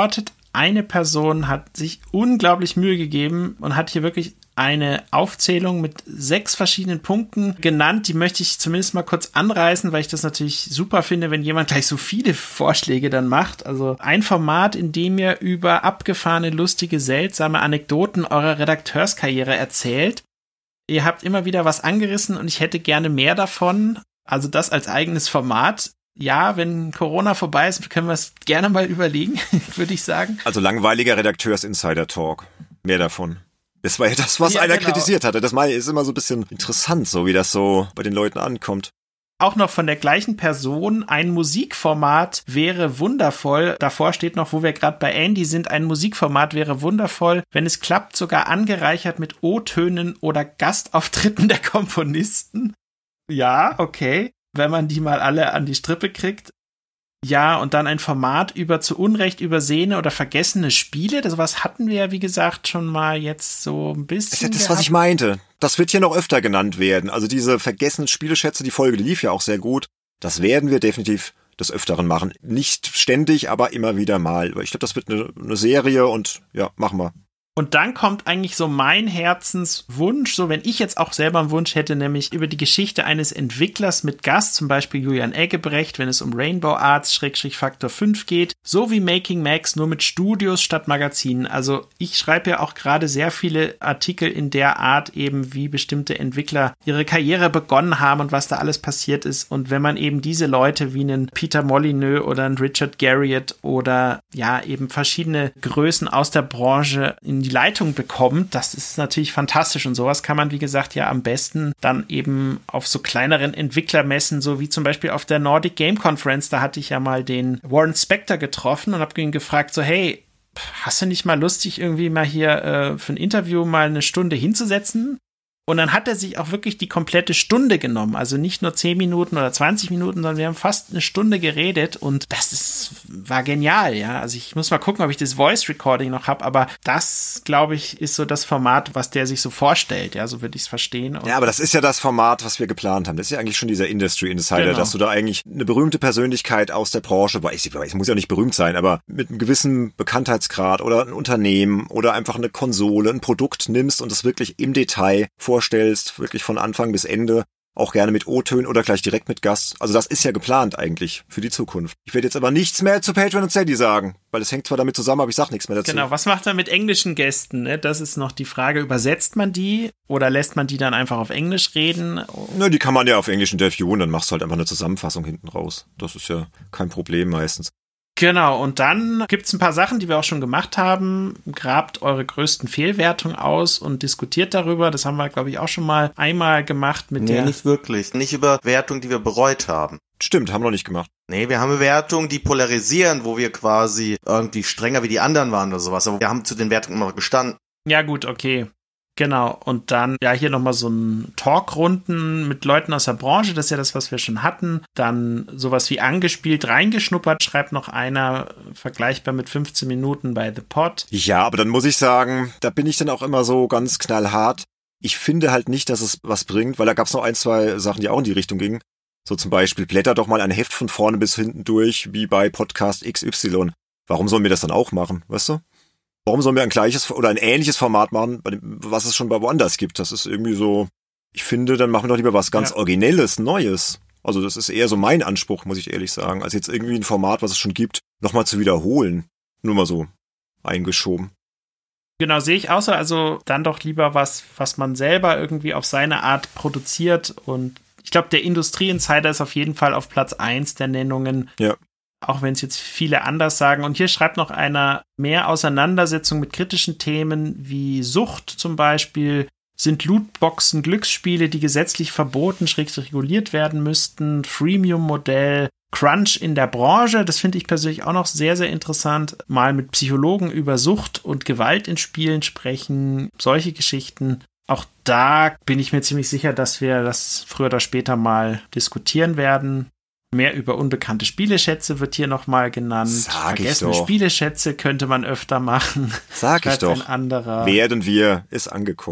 eine Person hat sich unglaublich Mühe gegeben und hat hier wirklich eine Aufzählung mit sechs verschiedenen Punkten genannt. Die möchte ich zumindest mal kurz anreißen, weil ich das natürlich super finde, wenn jemand gleich so viele Vorschläge dann macht. Also ein Format, in dem ihr über abgefahrene, lustige, seltsame Anekdoten eurer Redakteurskarriere erzählt. Ihr habt immer wieder was angerissen und ich hätte gerne mehr davon. Also das als eigenes Format. Ja, wenn Corona vorbei ist, können wir es gerne mal überlegen, würde ich sagen. Also langweiliger Redakteurs-Insider-Talk. Mehr davon. Das war ja das, was ja, einer genau. kritisiert hatte. Das ist immer so ein bisschen interessant, so wie das so bei den Leuten ankommt. Auch noch von der gleichen Person, ein Musikformat wäre wundervoll. Davor steht noch, wo wir gerade bei Andy sind, ein Musikformat wäre wundervoll, wenn es klappt, sogar angereichert mit O-Tönen oder Gastauftritten der Komponisten. Ja, okay, wenn man die mal alle an die Strippe kriegt. Ja, und dann ein Format über zu Unrecht übersehene oder vergessene Spiele. Das was hatten wir ja, wie gesagt, schon mal jetzt so ein bisschen. Das ist ja das, gehabt. was ich meinte. Das wird hier noch öfter genannt werden. Also diese vergessenen Spieleschätze, die Folge die lief ja auch sehr gut. Das werden wir definitiv des Öfteren machen. Nicht ständig, aber immer wieder mal. Ich glaube, das wird eine, eine Serie und ja, machen wir. Und dann kommt eigentlich so mein Herzenswunsch, so wenn ich jetzt auch selber einen Wunsch hätte, nämlich über die Geschichte eines Entwicklers mit Gast, zum Beispiel Julian Eggebrecht, wenn es um Rainbow Arts Faktor fünf geht, so wie Making Max, nur mit Studios statt Magazinen. Also ich schreibe ja auch gerade sehr viele Artikel in der Art eben, wie bestimmte Entwickler ihre Karriere begonnen haben und was da alles passiert ist. Und wenn man eben diese Leute wie einen Peter Molyneux oder einen Richard Garriott oder ja eben verschiedene Größen aus der Branche in die Leitung bekommt, das ist natürlich fantastisch und sowas kann man, wie gesagt, ja am besten dann eben auf so kleineren Entwicklermessen, so wie zum Beispiel auf der Nordic Game Conference, da hatte ich ja mal den Warren Spector getroffen und habe ihn gefragt, so hey, hast du nicht mal Lust, dich irgendwie mal hier äh, für ein Interview mal eine Stunde hinzusetzen? Und dann hat er sich auch wirklich die komplette Stunde genommen. Also nicht nur zehn Minuten oder zwanzig Minuten, sondern wir haben fast eine Stunde geredet und das ist, war genial, ja. Also ich muss mal gucken, ob ich das Voice Recording noch habe, aber das, glaube ich, ist so das Format, was der sich so vorstellt, ja, so würde ich es verstehen. Und ja, aber das ist ja das Format, was wir geplant haben. Das ist ja eigentlich schon dieser Industry Insider, genau. Dass du da eigentlich eine berühmte Persönlichkeit aus der Branche, weil ich, ich muss ja nicht berühmt sein, aber mit einem gewissen Bekanntheitsgrad oder ein Unternehmen oder einfach eine Konsole, ein Produkt nimmst und es wirklich im Detail vorstellst, wirklich von Anfang bis Ende, auch gerne mit O-Tönen oder gleich direkt mit Gast. Also das ist ja geplant eigentlich für die Zukunft. Ich werde jetzt aber nichts mehr zu Patreon und Steady sagen, weil es hängt zwar damit zusammen, aber ich sag nichts mehr dazu. Genau, was macht er mit englischen Gästen? Ne? Das ist noch die Frage, übersetzt man die oder lässt man die dann einfach auf Englisch reden? Na, die kann man ja auf Englisch interviewen, dann machst du halt einfach eine Zusammenfassung hinten raus. Das ist ja kein Problem meistens. Genau, und dann gibt's ein paar Sachen, die wir auch schon gemacht haben. Grabt eure größten Fehlwertungen aus und diskutiert darüber. Das haben wir, glaube ich, auch schon mal einmal gemacht mit nee, der... Nee, nicht wirklich. Nicht über Wertungen, die wir bereut haben. Stimmt, haben wir noch nicht gemacht. Nee, wir haben Wertungen, die polarisieren, wo wir quasi irgendwie strenger wie die anderen waren oder sowas. Aber wir haben zu den Wertungen immer noch gestanden. Ja gut, okay. Genau, und dann ja hier nochmal so ein Talkrunden mit Leuten aus der Branche, das ist ja das, was wir schon hatten. Dann sowas wie angespielt, reingeschnuppert, schreibt noch einer, vergleichbar mit fünfzehn Minuten bei The Pod. Ja, aber dann muss ich sagen, da bin ich dann auch immer so ganz knallhart. Ich finde halt nicht, dass es was bringt, weil da gab es noch ein, zwei Sachen, die auch in die Richtung gingen. So zum Beispiel, blätter doch mal ein Heft von vorne bis hinten durch, wie bei Podcast X Y. Warum sollen wir das dann auch machen, weißt du? Warum sollen wir ein gleiches oder ein ähnliches Format machen, was es schon bei woanders gibt? Das ist irgendwie so, ich finde, dann machen wir doch lieber was ganz ja. Originelles, Neues. Also das ist eher so mein Anspruch, muss ich ehrlich sagen, als jetzt irgendwie ein Format, was es schon gibt, nochmal zu wiederholen. Nur mal so eingeschoben. Genau, sehe ich auch so. Also dann doch lieber was, was man selber irgendwie auf seine Art produziert. Und ich glaube, der Industrie-Insider ist auf jeden Fall auf Platz eins der Nennungen. Ja. Auch wenn es jetzt viele anders sagen. Und hier schreibt noch einer, mehr Auseinandersetzung mit kritischen Themen wie Sucht zum Beispiel. Sind Lootboxen Glücksspiele, die gesetzlich verboten, schräg reguliert werden müssten? Freemium-Modell, Crunch in der Branche. Das finde ich persönlich auch noch sehr, sehr interessant. Mal mit Psychologen über Sucht und Gewalt in Spielen sprechen. Solche Geschichten. Auch da bin ich mir ziemlich sicher, dass wir das früher oder später mal diskutieren werden. Mehr über unbekannte Spieleschätze wird hier nochmal genannt. Sag ich Vergessene doch. Spieleschätze könnte man öfter machen. Sag ich doch. Ein anderer. Werden wir, ist angekommen.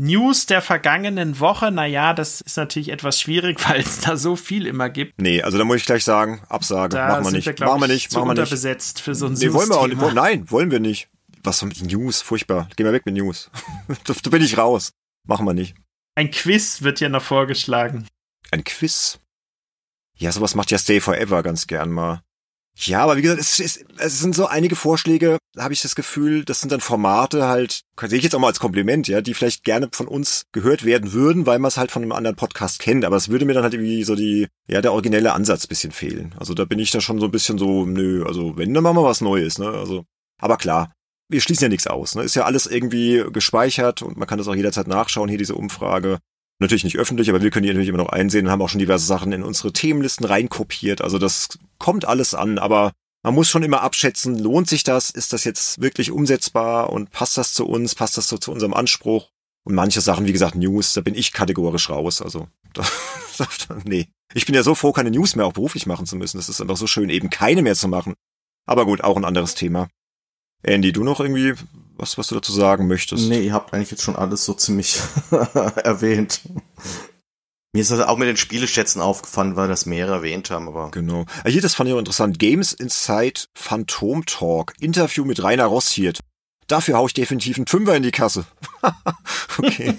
News der vergangenen Woche, naja, das ist natürlich etwas schwierig, weil es da so viel immer gibt. Nee, also da muss ich gleich sagen, Absage, Da machen wir sind nicht. wir, machen wir ich, nicht, zu machen wir nicht. unterbesetzt für so ein Nee, wollen wir auch News-Thema. nicht. Nein, wollen wir nicht. Was für mit News, furchtbar. Geh mal weg mit News. da, da bin ich raus. Machen wir nicht. Ein Quiz wird hier noch vorgeschlagen. Ein Quiz? Ja, sowas macht ja Stay Forever ganz gern mal. Ja, aber wie gesagt, es, es, es sind so einige Vorschläge, da habe ich das Gefühl, das sind dann Formate halt, sehe ich jetzt auch mal als Kompliment, ja, die vielleicht gerne von uns gehört werden würden, weil man es halt von einem anderen Podcast kennt, aber es würde mir dann halt irgendwie so die, ja, der originelle Ansatz bisschen fehlen. Also da bin ich da schon so ein bisschen so, nö, also wenn, dann machen wir was Neues, ne, also, aber klar, wir schließen ja nichts aus, ne, ist ja alles irgendwie gespeichert und man kann das auch jederzeit nachschauen, hier diese Umfrage. Natürlich nicht öffentlich, aber wir können die natürlich immer noch einsehen und haben auch schon diverse Sachen in unsere Themenlisten reinkopiert. Also das kommt alles an, aber man muss schon immer abschätzen, lohnt sich das? Ist das jetzt wirklich umsetzbar und passt das zu uns? Passt das so zu unserem Anspruch? Und manche Sachen, wie gesagt, News, da bin ich kategorisch raus. Also, da, nee. Ich bin ja so froh, keine News mehr auch beruflich machen zu müssen. Das ist einfach so schön, eben keine mehr zu machen. Aber gut, auch ein anderes Thema. Andy, du noch irgendwie was, was du dazu sagen möchtest? Nee, ihr habt eigentlich jetzt schon alles so ziemlich erwähnt. Mir ist das auch mit den Spieleschätzen aufgefallen, weil das mehrere erwähnt haben, aber... Genau. Ah, hier, das fand ich auch interessant. Games Inside Phantom Talk. Interview mit Rainer Rosshirt. Dafür hau ich definitiv einen Fünfer in die Kasse. okay.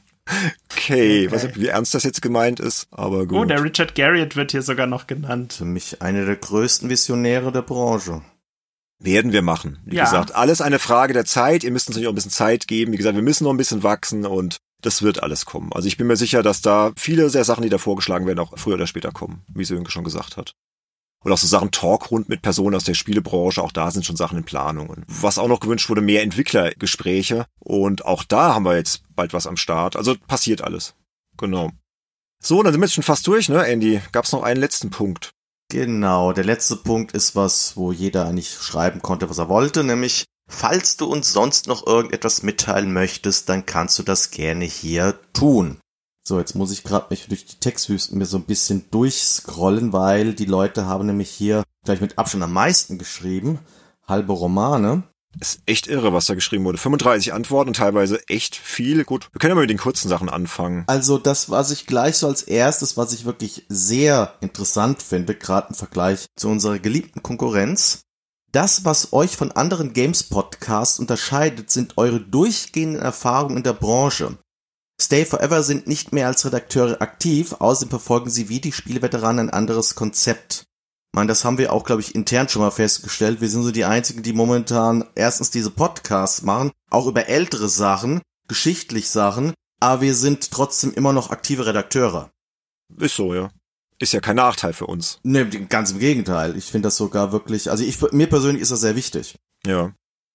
Okay, ich weiß nicht, wie ernst das jetzt gemeint ist, aber gut. Oh, der Richard Garriott wird hier sogar noch genannt. Für mich einer der größten Visionäre der Branche. Werden wir machen. Wie ja. gesagt, alles eine Frage der Zeit. Ihr müsst uns natürlich auch ein bisschen Zeit geben. Wie gesagt, wir müssen noch ein bisschen wachsen und das wird alles kommen. Also ich bin mir sicher, dass da viele der Sachen, die da vorgeschlagen werden, auch früher oder später kommen, wie Sönke schon gesagt hat. Und auch so Sachen Talkrund mit Personen aus der Spielebranche, auch da sind schon Sachen in Planung. Und was auch noch gewünscht wurde, mehr Entwicklergespräche. Und auch da haben wir jetzt bald was am Start. Also passiert alles. Genau. So, dann sind wir jetzt schon fast durch, ne, Andy? Gab's noch einen letzten Punkt? Genau, der letzte Punkt ist was, wo jeder eigentlich schreiben konnte, was er wollte, nämlich, falls du uns sonst noch irgendetwas mitteilen möchtest, dann kannst du das gerne hier tun. So, jetzt muss ich gerade mich durch die Textwüsten mir so ein bisschen durchscrollen, weil die Leute haben nämlich hier gleich mit Abstand am meisten geschrieben, halbe Romane. Ist echt irre, was da geschrieben wurde. fünfunddreißig Antworten und teilweise echt viel. Gut, wir können aber mit den kurzen Sachen anfangen. Also das, was ich gleich so als erstes, was ich wirklich sehr interessant finde, gerade im Vergleich zu unserer geliebten Konkurrenz, das, was euch von anderen Games-Podcasts unterscheidet, sind eure durchgehenden Erfahrungen in der Branche. Stay Forever sind nicht mehr als Redakteure aktiv, außerdem verfolgen sie wie die Spieleveteranen ein anderes Konzept. Ich meine, das haben wir auch, glaube ich, intern schon mal festgestellt. Wir sind so die Einzigen, die momentan erstens diese Podcasts machen, auch über ältere Sachen, geschichtlich Sachen, aber wir sind trotzdem immer noch aktive Redakteure. Ist so, ja. Ist ja kein Nachteil für uns. Ne, ganz im Gegenteil. Ich finde das sogar wirklich, also ich, mir persönlich ist das sehr wichtig. Ja.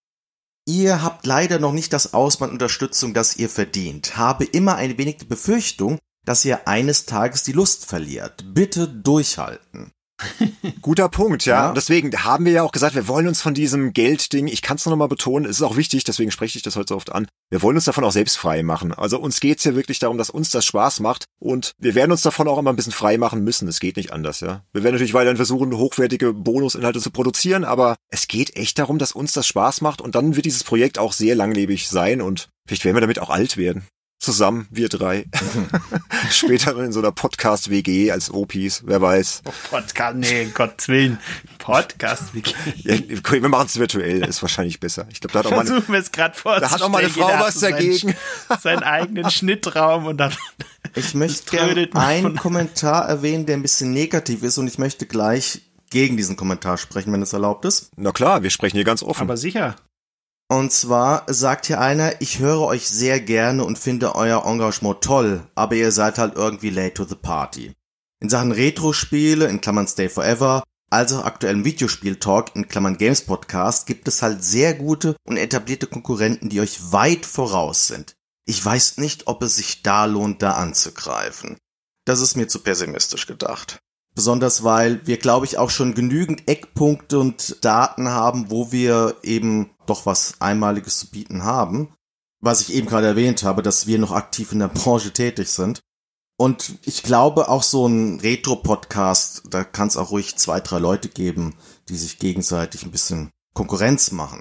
Ihr habt leider noch nicht das Ausmaß an Unterstützung, das ihr verdient. Habe immer ein wenig die Befürchtung, dass ihr eines Tages die Lust verliert. Bitte durchhalten. Guter Punkt, ja. ja. Und deswegen haben wir ja auch gesagt, wir wollen uns von diesem Geldding, ich kann es noch mal betonen, es ist auch wichtig, deswegen spreche ich das heute so oft an, wir wollen uns davon auch selbst frei machen. Also uns geht's ja wirklich darum, dass uns das Spaß macht und wir werden uns davon auch immer ein bisschen frei machen müssen. Es geht nicht anders, ja. Wir werden natürlich weiterhin versuchen, hochwertige Bonusinhalte zu produzieren, aber es geht echt darum, dass uns das Spaß macht und dann wird dieses Projekt auch sehr langlebig sein und vielleicht werden wir damit auch alt werden. Zusammen, wir drei. Später in so einer Podcast-W G als O Ps, wer weiß. Oh, Podcast, nee, Gottes Willen. Podcast-W G. Ja, wir machen es virtuell, ist wahrscheinlich besser. Ich glaube, da hat auch mal Versuchen wir es gerade vorzustellen. Da hat auch mal eine Frau was dagegen. Seinen, seinen eigenen Schnittraum und dann. Ich möchte gerne einen Kommentar erwähnen, der ein bisschen negativ ist und ich möchte gleich gegen diesen Kommentar sprechen, wenn es erlaubt ist. Na klar, wir sprechen hier ganz offen. Aber sicher. Und zwar sagt hier einer, ich höre euch sehr gerne und finde euer Engagement toll, aber ihr seid halt irgendwie late to the party. In Sachen Retro-Spiele, in Klammern Stay Forever, als auch aktuellem Videospiel-Talk, in Klammern Games Podcast, gibt es halt sehr gute und etablierte Konkurrenten, die euch weit voraus sind. Ich weiß nicht, ob es sich da lohnt, da anzugreifen. Das ist mir zu pessimistisch gedacht. Besonders weil wir, glaube ich, auch schon genügend Eckpunkte und Daten haben, wo wir eben doch was Einmaliges zu bieten haben. Was ich eben gerade erwähnt habe, dass wir noch aktiv in der Branche tätig sind. Und ich glaube, auch so ein Retro-Podcast, da kann es auch ruhig zwei, drei Leute geben, die sich gegenseitig ein bisschen Konkurrenz machen.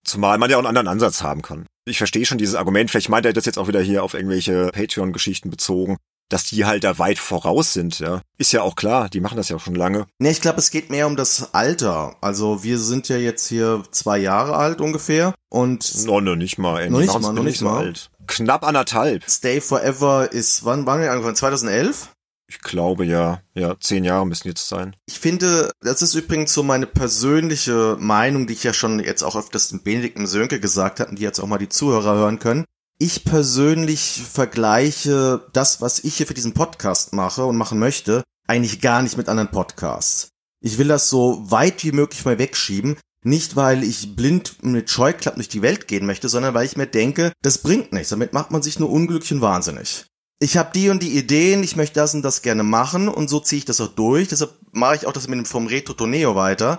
Zumal man ja auch einen anderen Ansatz haben kann. Ich verstehe schon dieses Argument, vielleicht meint er das jetzt auch wieder hier auf irgendwelche Patreon-Geschichten bezogen, dass die halt da weit voraus sind, ja. Ist ja auch klar, die machen das ja auch schon lange. Ne, ich glaube, es geht mehr um das Alter. Also wir sind ja jetzt hier zwei Jahre alt ungefähr und... No, no, nicht mal. Ey. Noch nicht mal, noch nicht so mal. Alt. Knapp anderthalb. Stay Forever ist, wann waren wir angefangen? zweitausendelf? Ich glaube ja, ja, zehn Jahre müssen jetzt sein. Ich finde, das ist übrigens so meine persönliche Meinung, die ich ja schon jetzt auch öfters dem Benedikt und Sönke gesagt habe und die jetzt auch mal die Zuhörer hören können. Ich persönlich vergleiche das, was ich hier für diesen Podcast mache und machen möchte, eigentlich gar nicht mit anderen Podcasts. Ich will das so weit wie möglich mal wegschieben. Nicht, weil ich blind mit Scheuklappen durch die Welt gehen möchte, sondern weil ich mir denke, das bringt nichts. Damit macht man sich nur unglücklich und wahnsinnig. Ich habe die und die Ideen, ich möchte das und das gerne machen und so ziehe ich das auch durch. Deshalb mache ich auch das mit dem vom Retro Torneo weiter.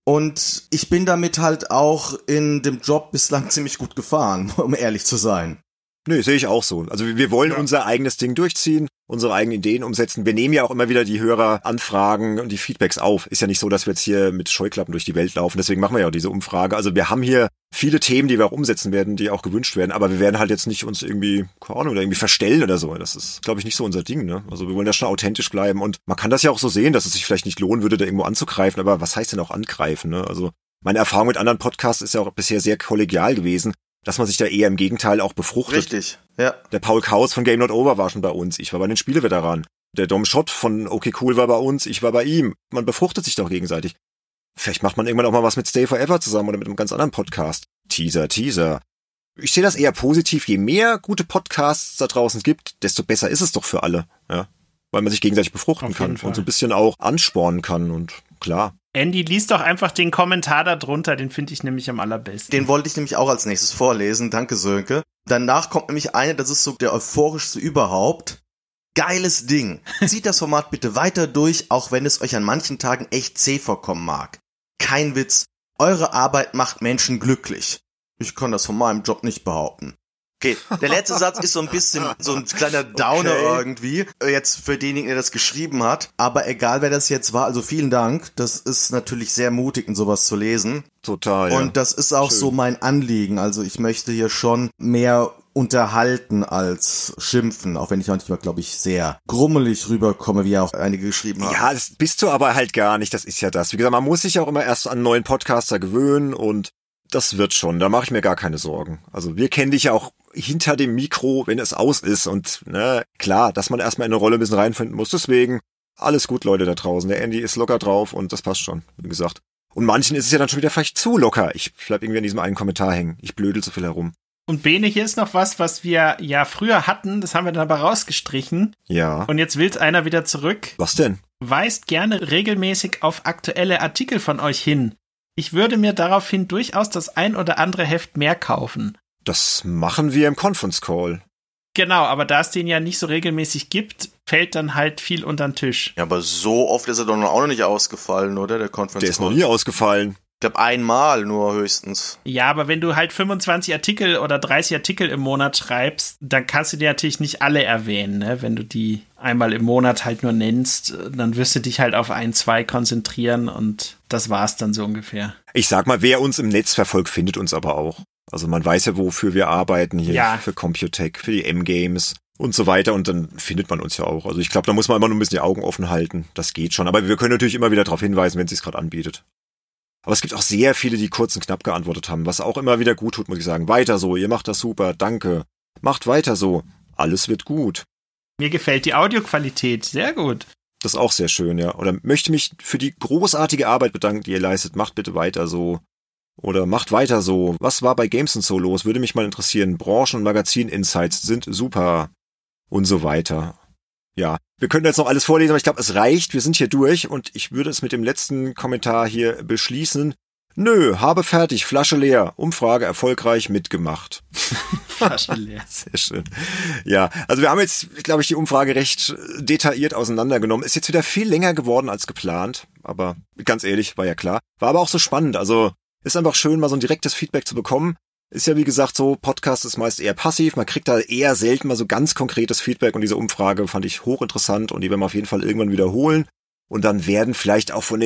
Und ich bin damit halt auch in dem Job bislang ziemlich gut gefahren, um ehrlich zu sein. Nö, sehe ich auch so. Also wir wollen ja. unser eigenes Ding durchziehen, unsere eigenen Ideen umsetzen. Wir nehmen ja auch immer wieder die Höreranfragen und die Feedbacks auf. Ist ja nicht so, dass wir jetzt hier mit Scheuklappen durch die Welt laufen. Deswegen machen wir ja auch diese Umfrage. Also wir haben hier viele Themen, die wir auch umsetzen werden, die auch gewünscht werden. Aber wir werden halt jetzt nicht uns irgendwie, keine Ahnung, oder irgendwie verstellen oder so. Das ist, glaube ich, nicht so unser Ding, ne? Also wir wollen ja schon authentisch bleiben. Und man kann das ja auch so sehen, dass es sich vielleicht nicht lohnen würde, da irgendwo anzugreifen. Aber was heißt denn auch angreifen, ne? Also meine Erfahrung mit anderen Podcasts ist ja auch bisher sehr kollegial gewesen, dass man sich da eher im Gegenteil auch befruchtet. Richtig, ja. Der Paul Kaus von Game Not Over war schon bei uns. Ich war bei den Spieleveteranen. Der Dom Schott von Okay Cool war bei uns. Ich war bei ihm. Man befruchtet sich doch gegenseitig. Vielleicht macht man irgendwann auch mal was mit Stay Forever zusammen oder mit einem ganz anderen Podcast. Teaser, Teaser. Ich sehe das eher positiv. Je mehr gute Podcasts da draußen gibt, desto besser ist es doch für alle. Ja, weil man sich gegenseitig befruchten kann und so ein bisschen auch anspornen kann und klar. Andy, lies doch einfach den Kommentar da drunter, den finde ich nämlich am allerbesten. Den wollte ich nämlich auch als nächstes vorlesen, danke Sönke. Danach kommt nämlich eine, das ist so der euphorischste überhaupt. Geiles Ding. Zieht das Format bitte weiter durch, auch wenn es euch an manchen Tagen echt zäh vorkommen mag. Kein Witz, eure Arbeit macht Menschen glücklich. Ich kann das von meinem Job nicht behaupten. Okay, der letzte Satz ist so ein bisschen so ein kleiner Downer okay. irgendwie, jetzt für denjenigen, der das geschrieben hat. Aber egal, wer das jetzt war, also vielen Dank. Das ist natürlich sehr mutig, in sowas zu lesen. Total, ja. Und das ist auch Schön. so mein Anliegen. Also ich möchte hier schon mehr unterhalten als schimpfen, auch wenn ich manchmal, glaube ich, sehr grummelig rüberkomme, wie auch einige geschrieben haben. Ja, das bist du aber halt gar nicht, das ist ja das. Wie gesagt, man muss sich auch immer erst an einen neuen Podcaster gewöhnen und das wird schon, da mache ich mir gar keine Sorgen. Also wir kennen dich ja auch hinter dem Mikro, wenn es aus ist und ne, klar, dass man erstmal in eine Rolle ein bisschen reinfinden muss, deswegen alles gut, Leute da draußen. Der Andy ist locker drauf und das passt schon, wie gesagt. Und manchen ist es ja dann schon wieder vielleicht zu locker. Ich bleib irgendwie an diesem einen Kommentar hängen. Ich blödel so viel herum. Und Bene, hier ist noch was, was wir ja früher hatten, das haben wir dann aber rausgestrichen. Ja. Und jetzt will's einer wieder zurück. Was denn? Weist gerne regelmäßig auf aktuelle Artikel von euch hin. Ich würde mir daraufhin durchaus das ein oder andere Heft mehr kaufen. Das machen wir im Conference Call. Genau, aber da es den ja nicht so regelmäßig gibt, fällt dann halt viel unter den Tisch. Ja, aber so oft ist er doch noch auch noch nicht ausgefallen, oder? Der Conference Call. Der ist noch nie ausgefallen. Ich glaube einmal nur höchstens. Ja, aber wenn du halt fünfundzwanzig Artikel oder dreißig Artikel im Monat schreibst, dann kannst du dir natürlich nicht alle erwähnen, ne? Wenn du die einmal im Monat halt nur nennst, dann wirst du dich halt auf ein, zwei konzentrieren und das war's dann so ungefähr. Ich sag mal, wer uns im Netz verfolgt, findet uns aber auch. Also man weiß ja, wofür wir arbeiten hier, ja. Für Computech, für die M-Games und so weiter und dann findet man uns ja auch. Also ich glaube, da muss man immer nur ein bisschen die Augen offen halten. Das geht schon, aber wir können natürlich immer wieder darauf hinweisen, wenn es sich gerade anbietet. Aber es gibt auch sehr viele, die kurz und knapp geantwortet haben, was auch immer wieder gut tut, muss ich sagen. Weiter so, ihr macht das super, danke. Macht weiter so, alles wird gut. Mir gefällt die Audioqualität, sehr gut. Das ist auch sehr schön, ja. Oder möchte mich für die großartige Arbeit bedanken, die ihr leistet. Macht bitte weiter so. Oder macht weiter so. Was war bei Games and so los? Würde mich mal interessieren. Branchen- und Magazin-Insights sind super. Und so weiter. Ja, wir können jetzt noch alles vorlesen, aber ich glaube, es reicht. Wir sind hier durch und ich würde es mit dem letzten Kommentar hier beschließen. Nö, habe fertig, Flasche leer. Umfrage erfolgreich mitgemacht. Flasche leer. Sehr schön. Ja, also wir haben jetzt, glaube ich, die Umfrage recht detailliert auseinandergenommen. Ist jetzt wieder viel länger geworden als geplant, aber ganz ehrlich, war ja klar. War aber auch so spannend, also ist einfach schön, mal so ein direktes Feedback zu bekommen. Ist ja wie gesagt so, Podcast ist meist eher passiv, man kriegt da eher selten mal so ganz konkretes Feedback und diese Umfrage fand ich hochinteressant und die werden wir auf jeden Fall irgendwann wiederholen und dann werden vielleicht auch von den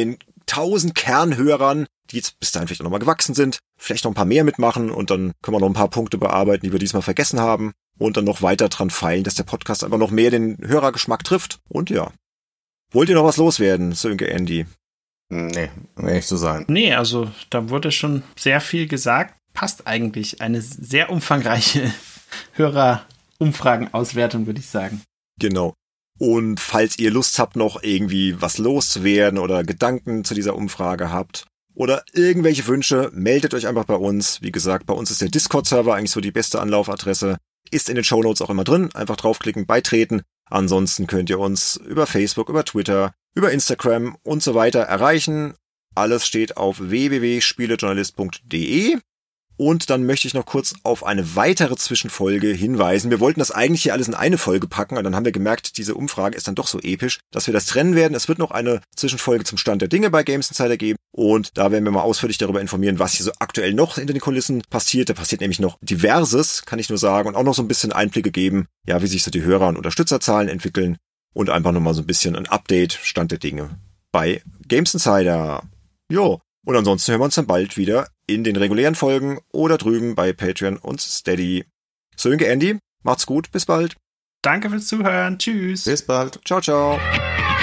tausend Kernhörern, die jetzt bis dahin vielleicht auch nochmal gewachsen sind, vielleicht noch ein paar mehr mitmachen und dann können wir noch ein paar Punkte bearbeiten, die wir diesmal vergessen haben und dann noch weiter dran feilen, dass der Podcast einfach noch mehr den Hörergeschmack trifft. Und ja. Wollt ihr noch was loswerden, Sönke, Andy? Nee, um ehrlich zu sein. Nee, also da wurde schon sehr viel gesagt. Passt eigentlich. Eine sehr umfangreiche Hörerumfragenauswertung, würde ich sagen. Genau. Und falls ihr Lust habt, noch irgendwie was loszuwerden oder Gedanken zu dieser Umfrage habt oder irgendwelche Wünsche, meldet euch einfach bei uns. Wie gesagt, bei uns ist der Discord-Server eigentlich so die beste Anlaufadresse. Ist in den Shownotes auch immer drin. Einfach draufklicken, beitreten. Ansonsten könnt ihr uns über Facebook, über Twitter, über Instagram und so weiter erreichen. Alles steht auf w w w punkt spielejournalist punkt d e. Und dann möchte ich noch kurz auf eine weitere Zwischenfolge hinweisen. Wir wollten das eigentlich hier alles in eine Folge packen und dann haben wir gemerkt, diese Umfrage ist dann doch so episch, dass wir das trennen werden. Es wird noch eine Zwischenfolge zum Stand der Dinge bei Games Insider geben und da werden wir mal ausführlich darüber informieren, was hier so aktuell noch hinter den Kulissen passiert. Da passiert nämlich noch Diverses, kann ich nur sagen, und auch noch so ein bisschen Einblicke geben, ja, wie sich so die Hörer- und Unterstützerzahlen entwickeln und einfach nochmal so ein bisschen ein Update, Stand der Dinge bei Games Insider. Jo. Und ansonsten hören wir uns dann bald wieder in den regulären Folgen oder drüben bei Patreon und Steady. Sönke, Andy, macht's gut, bis bald. Danke fürs Zuhören, tschüss. Bis bald. Ciao, ciao.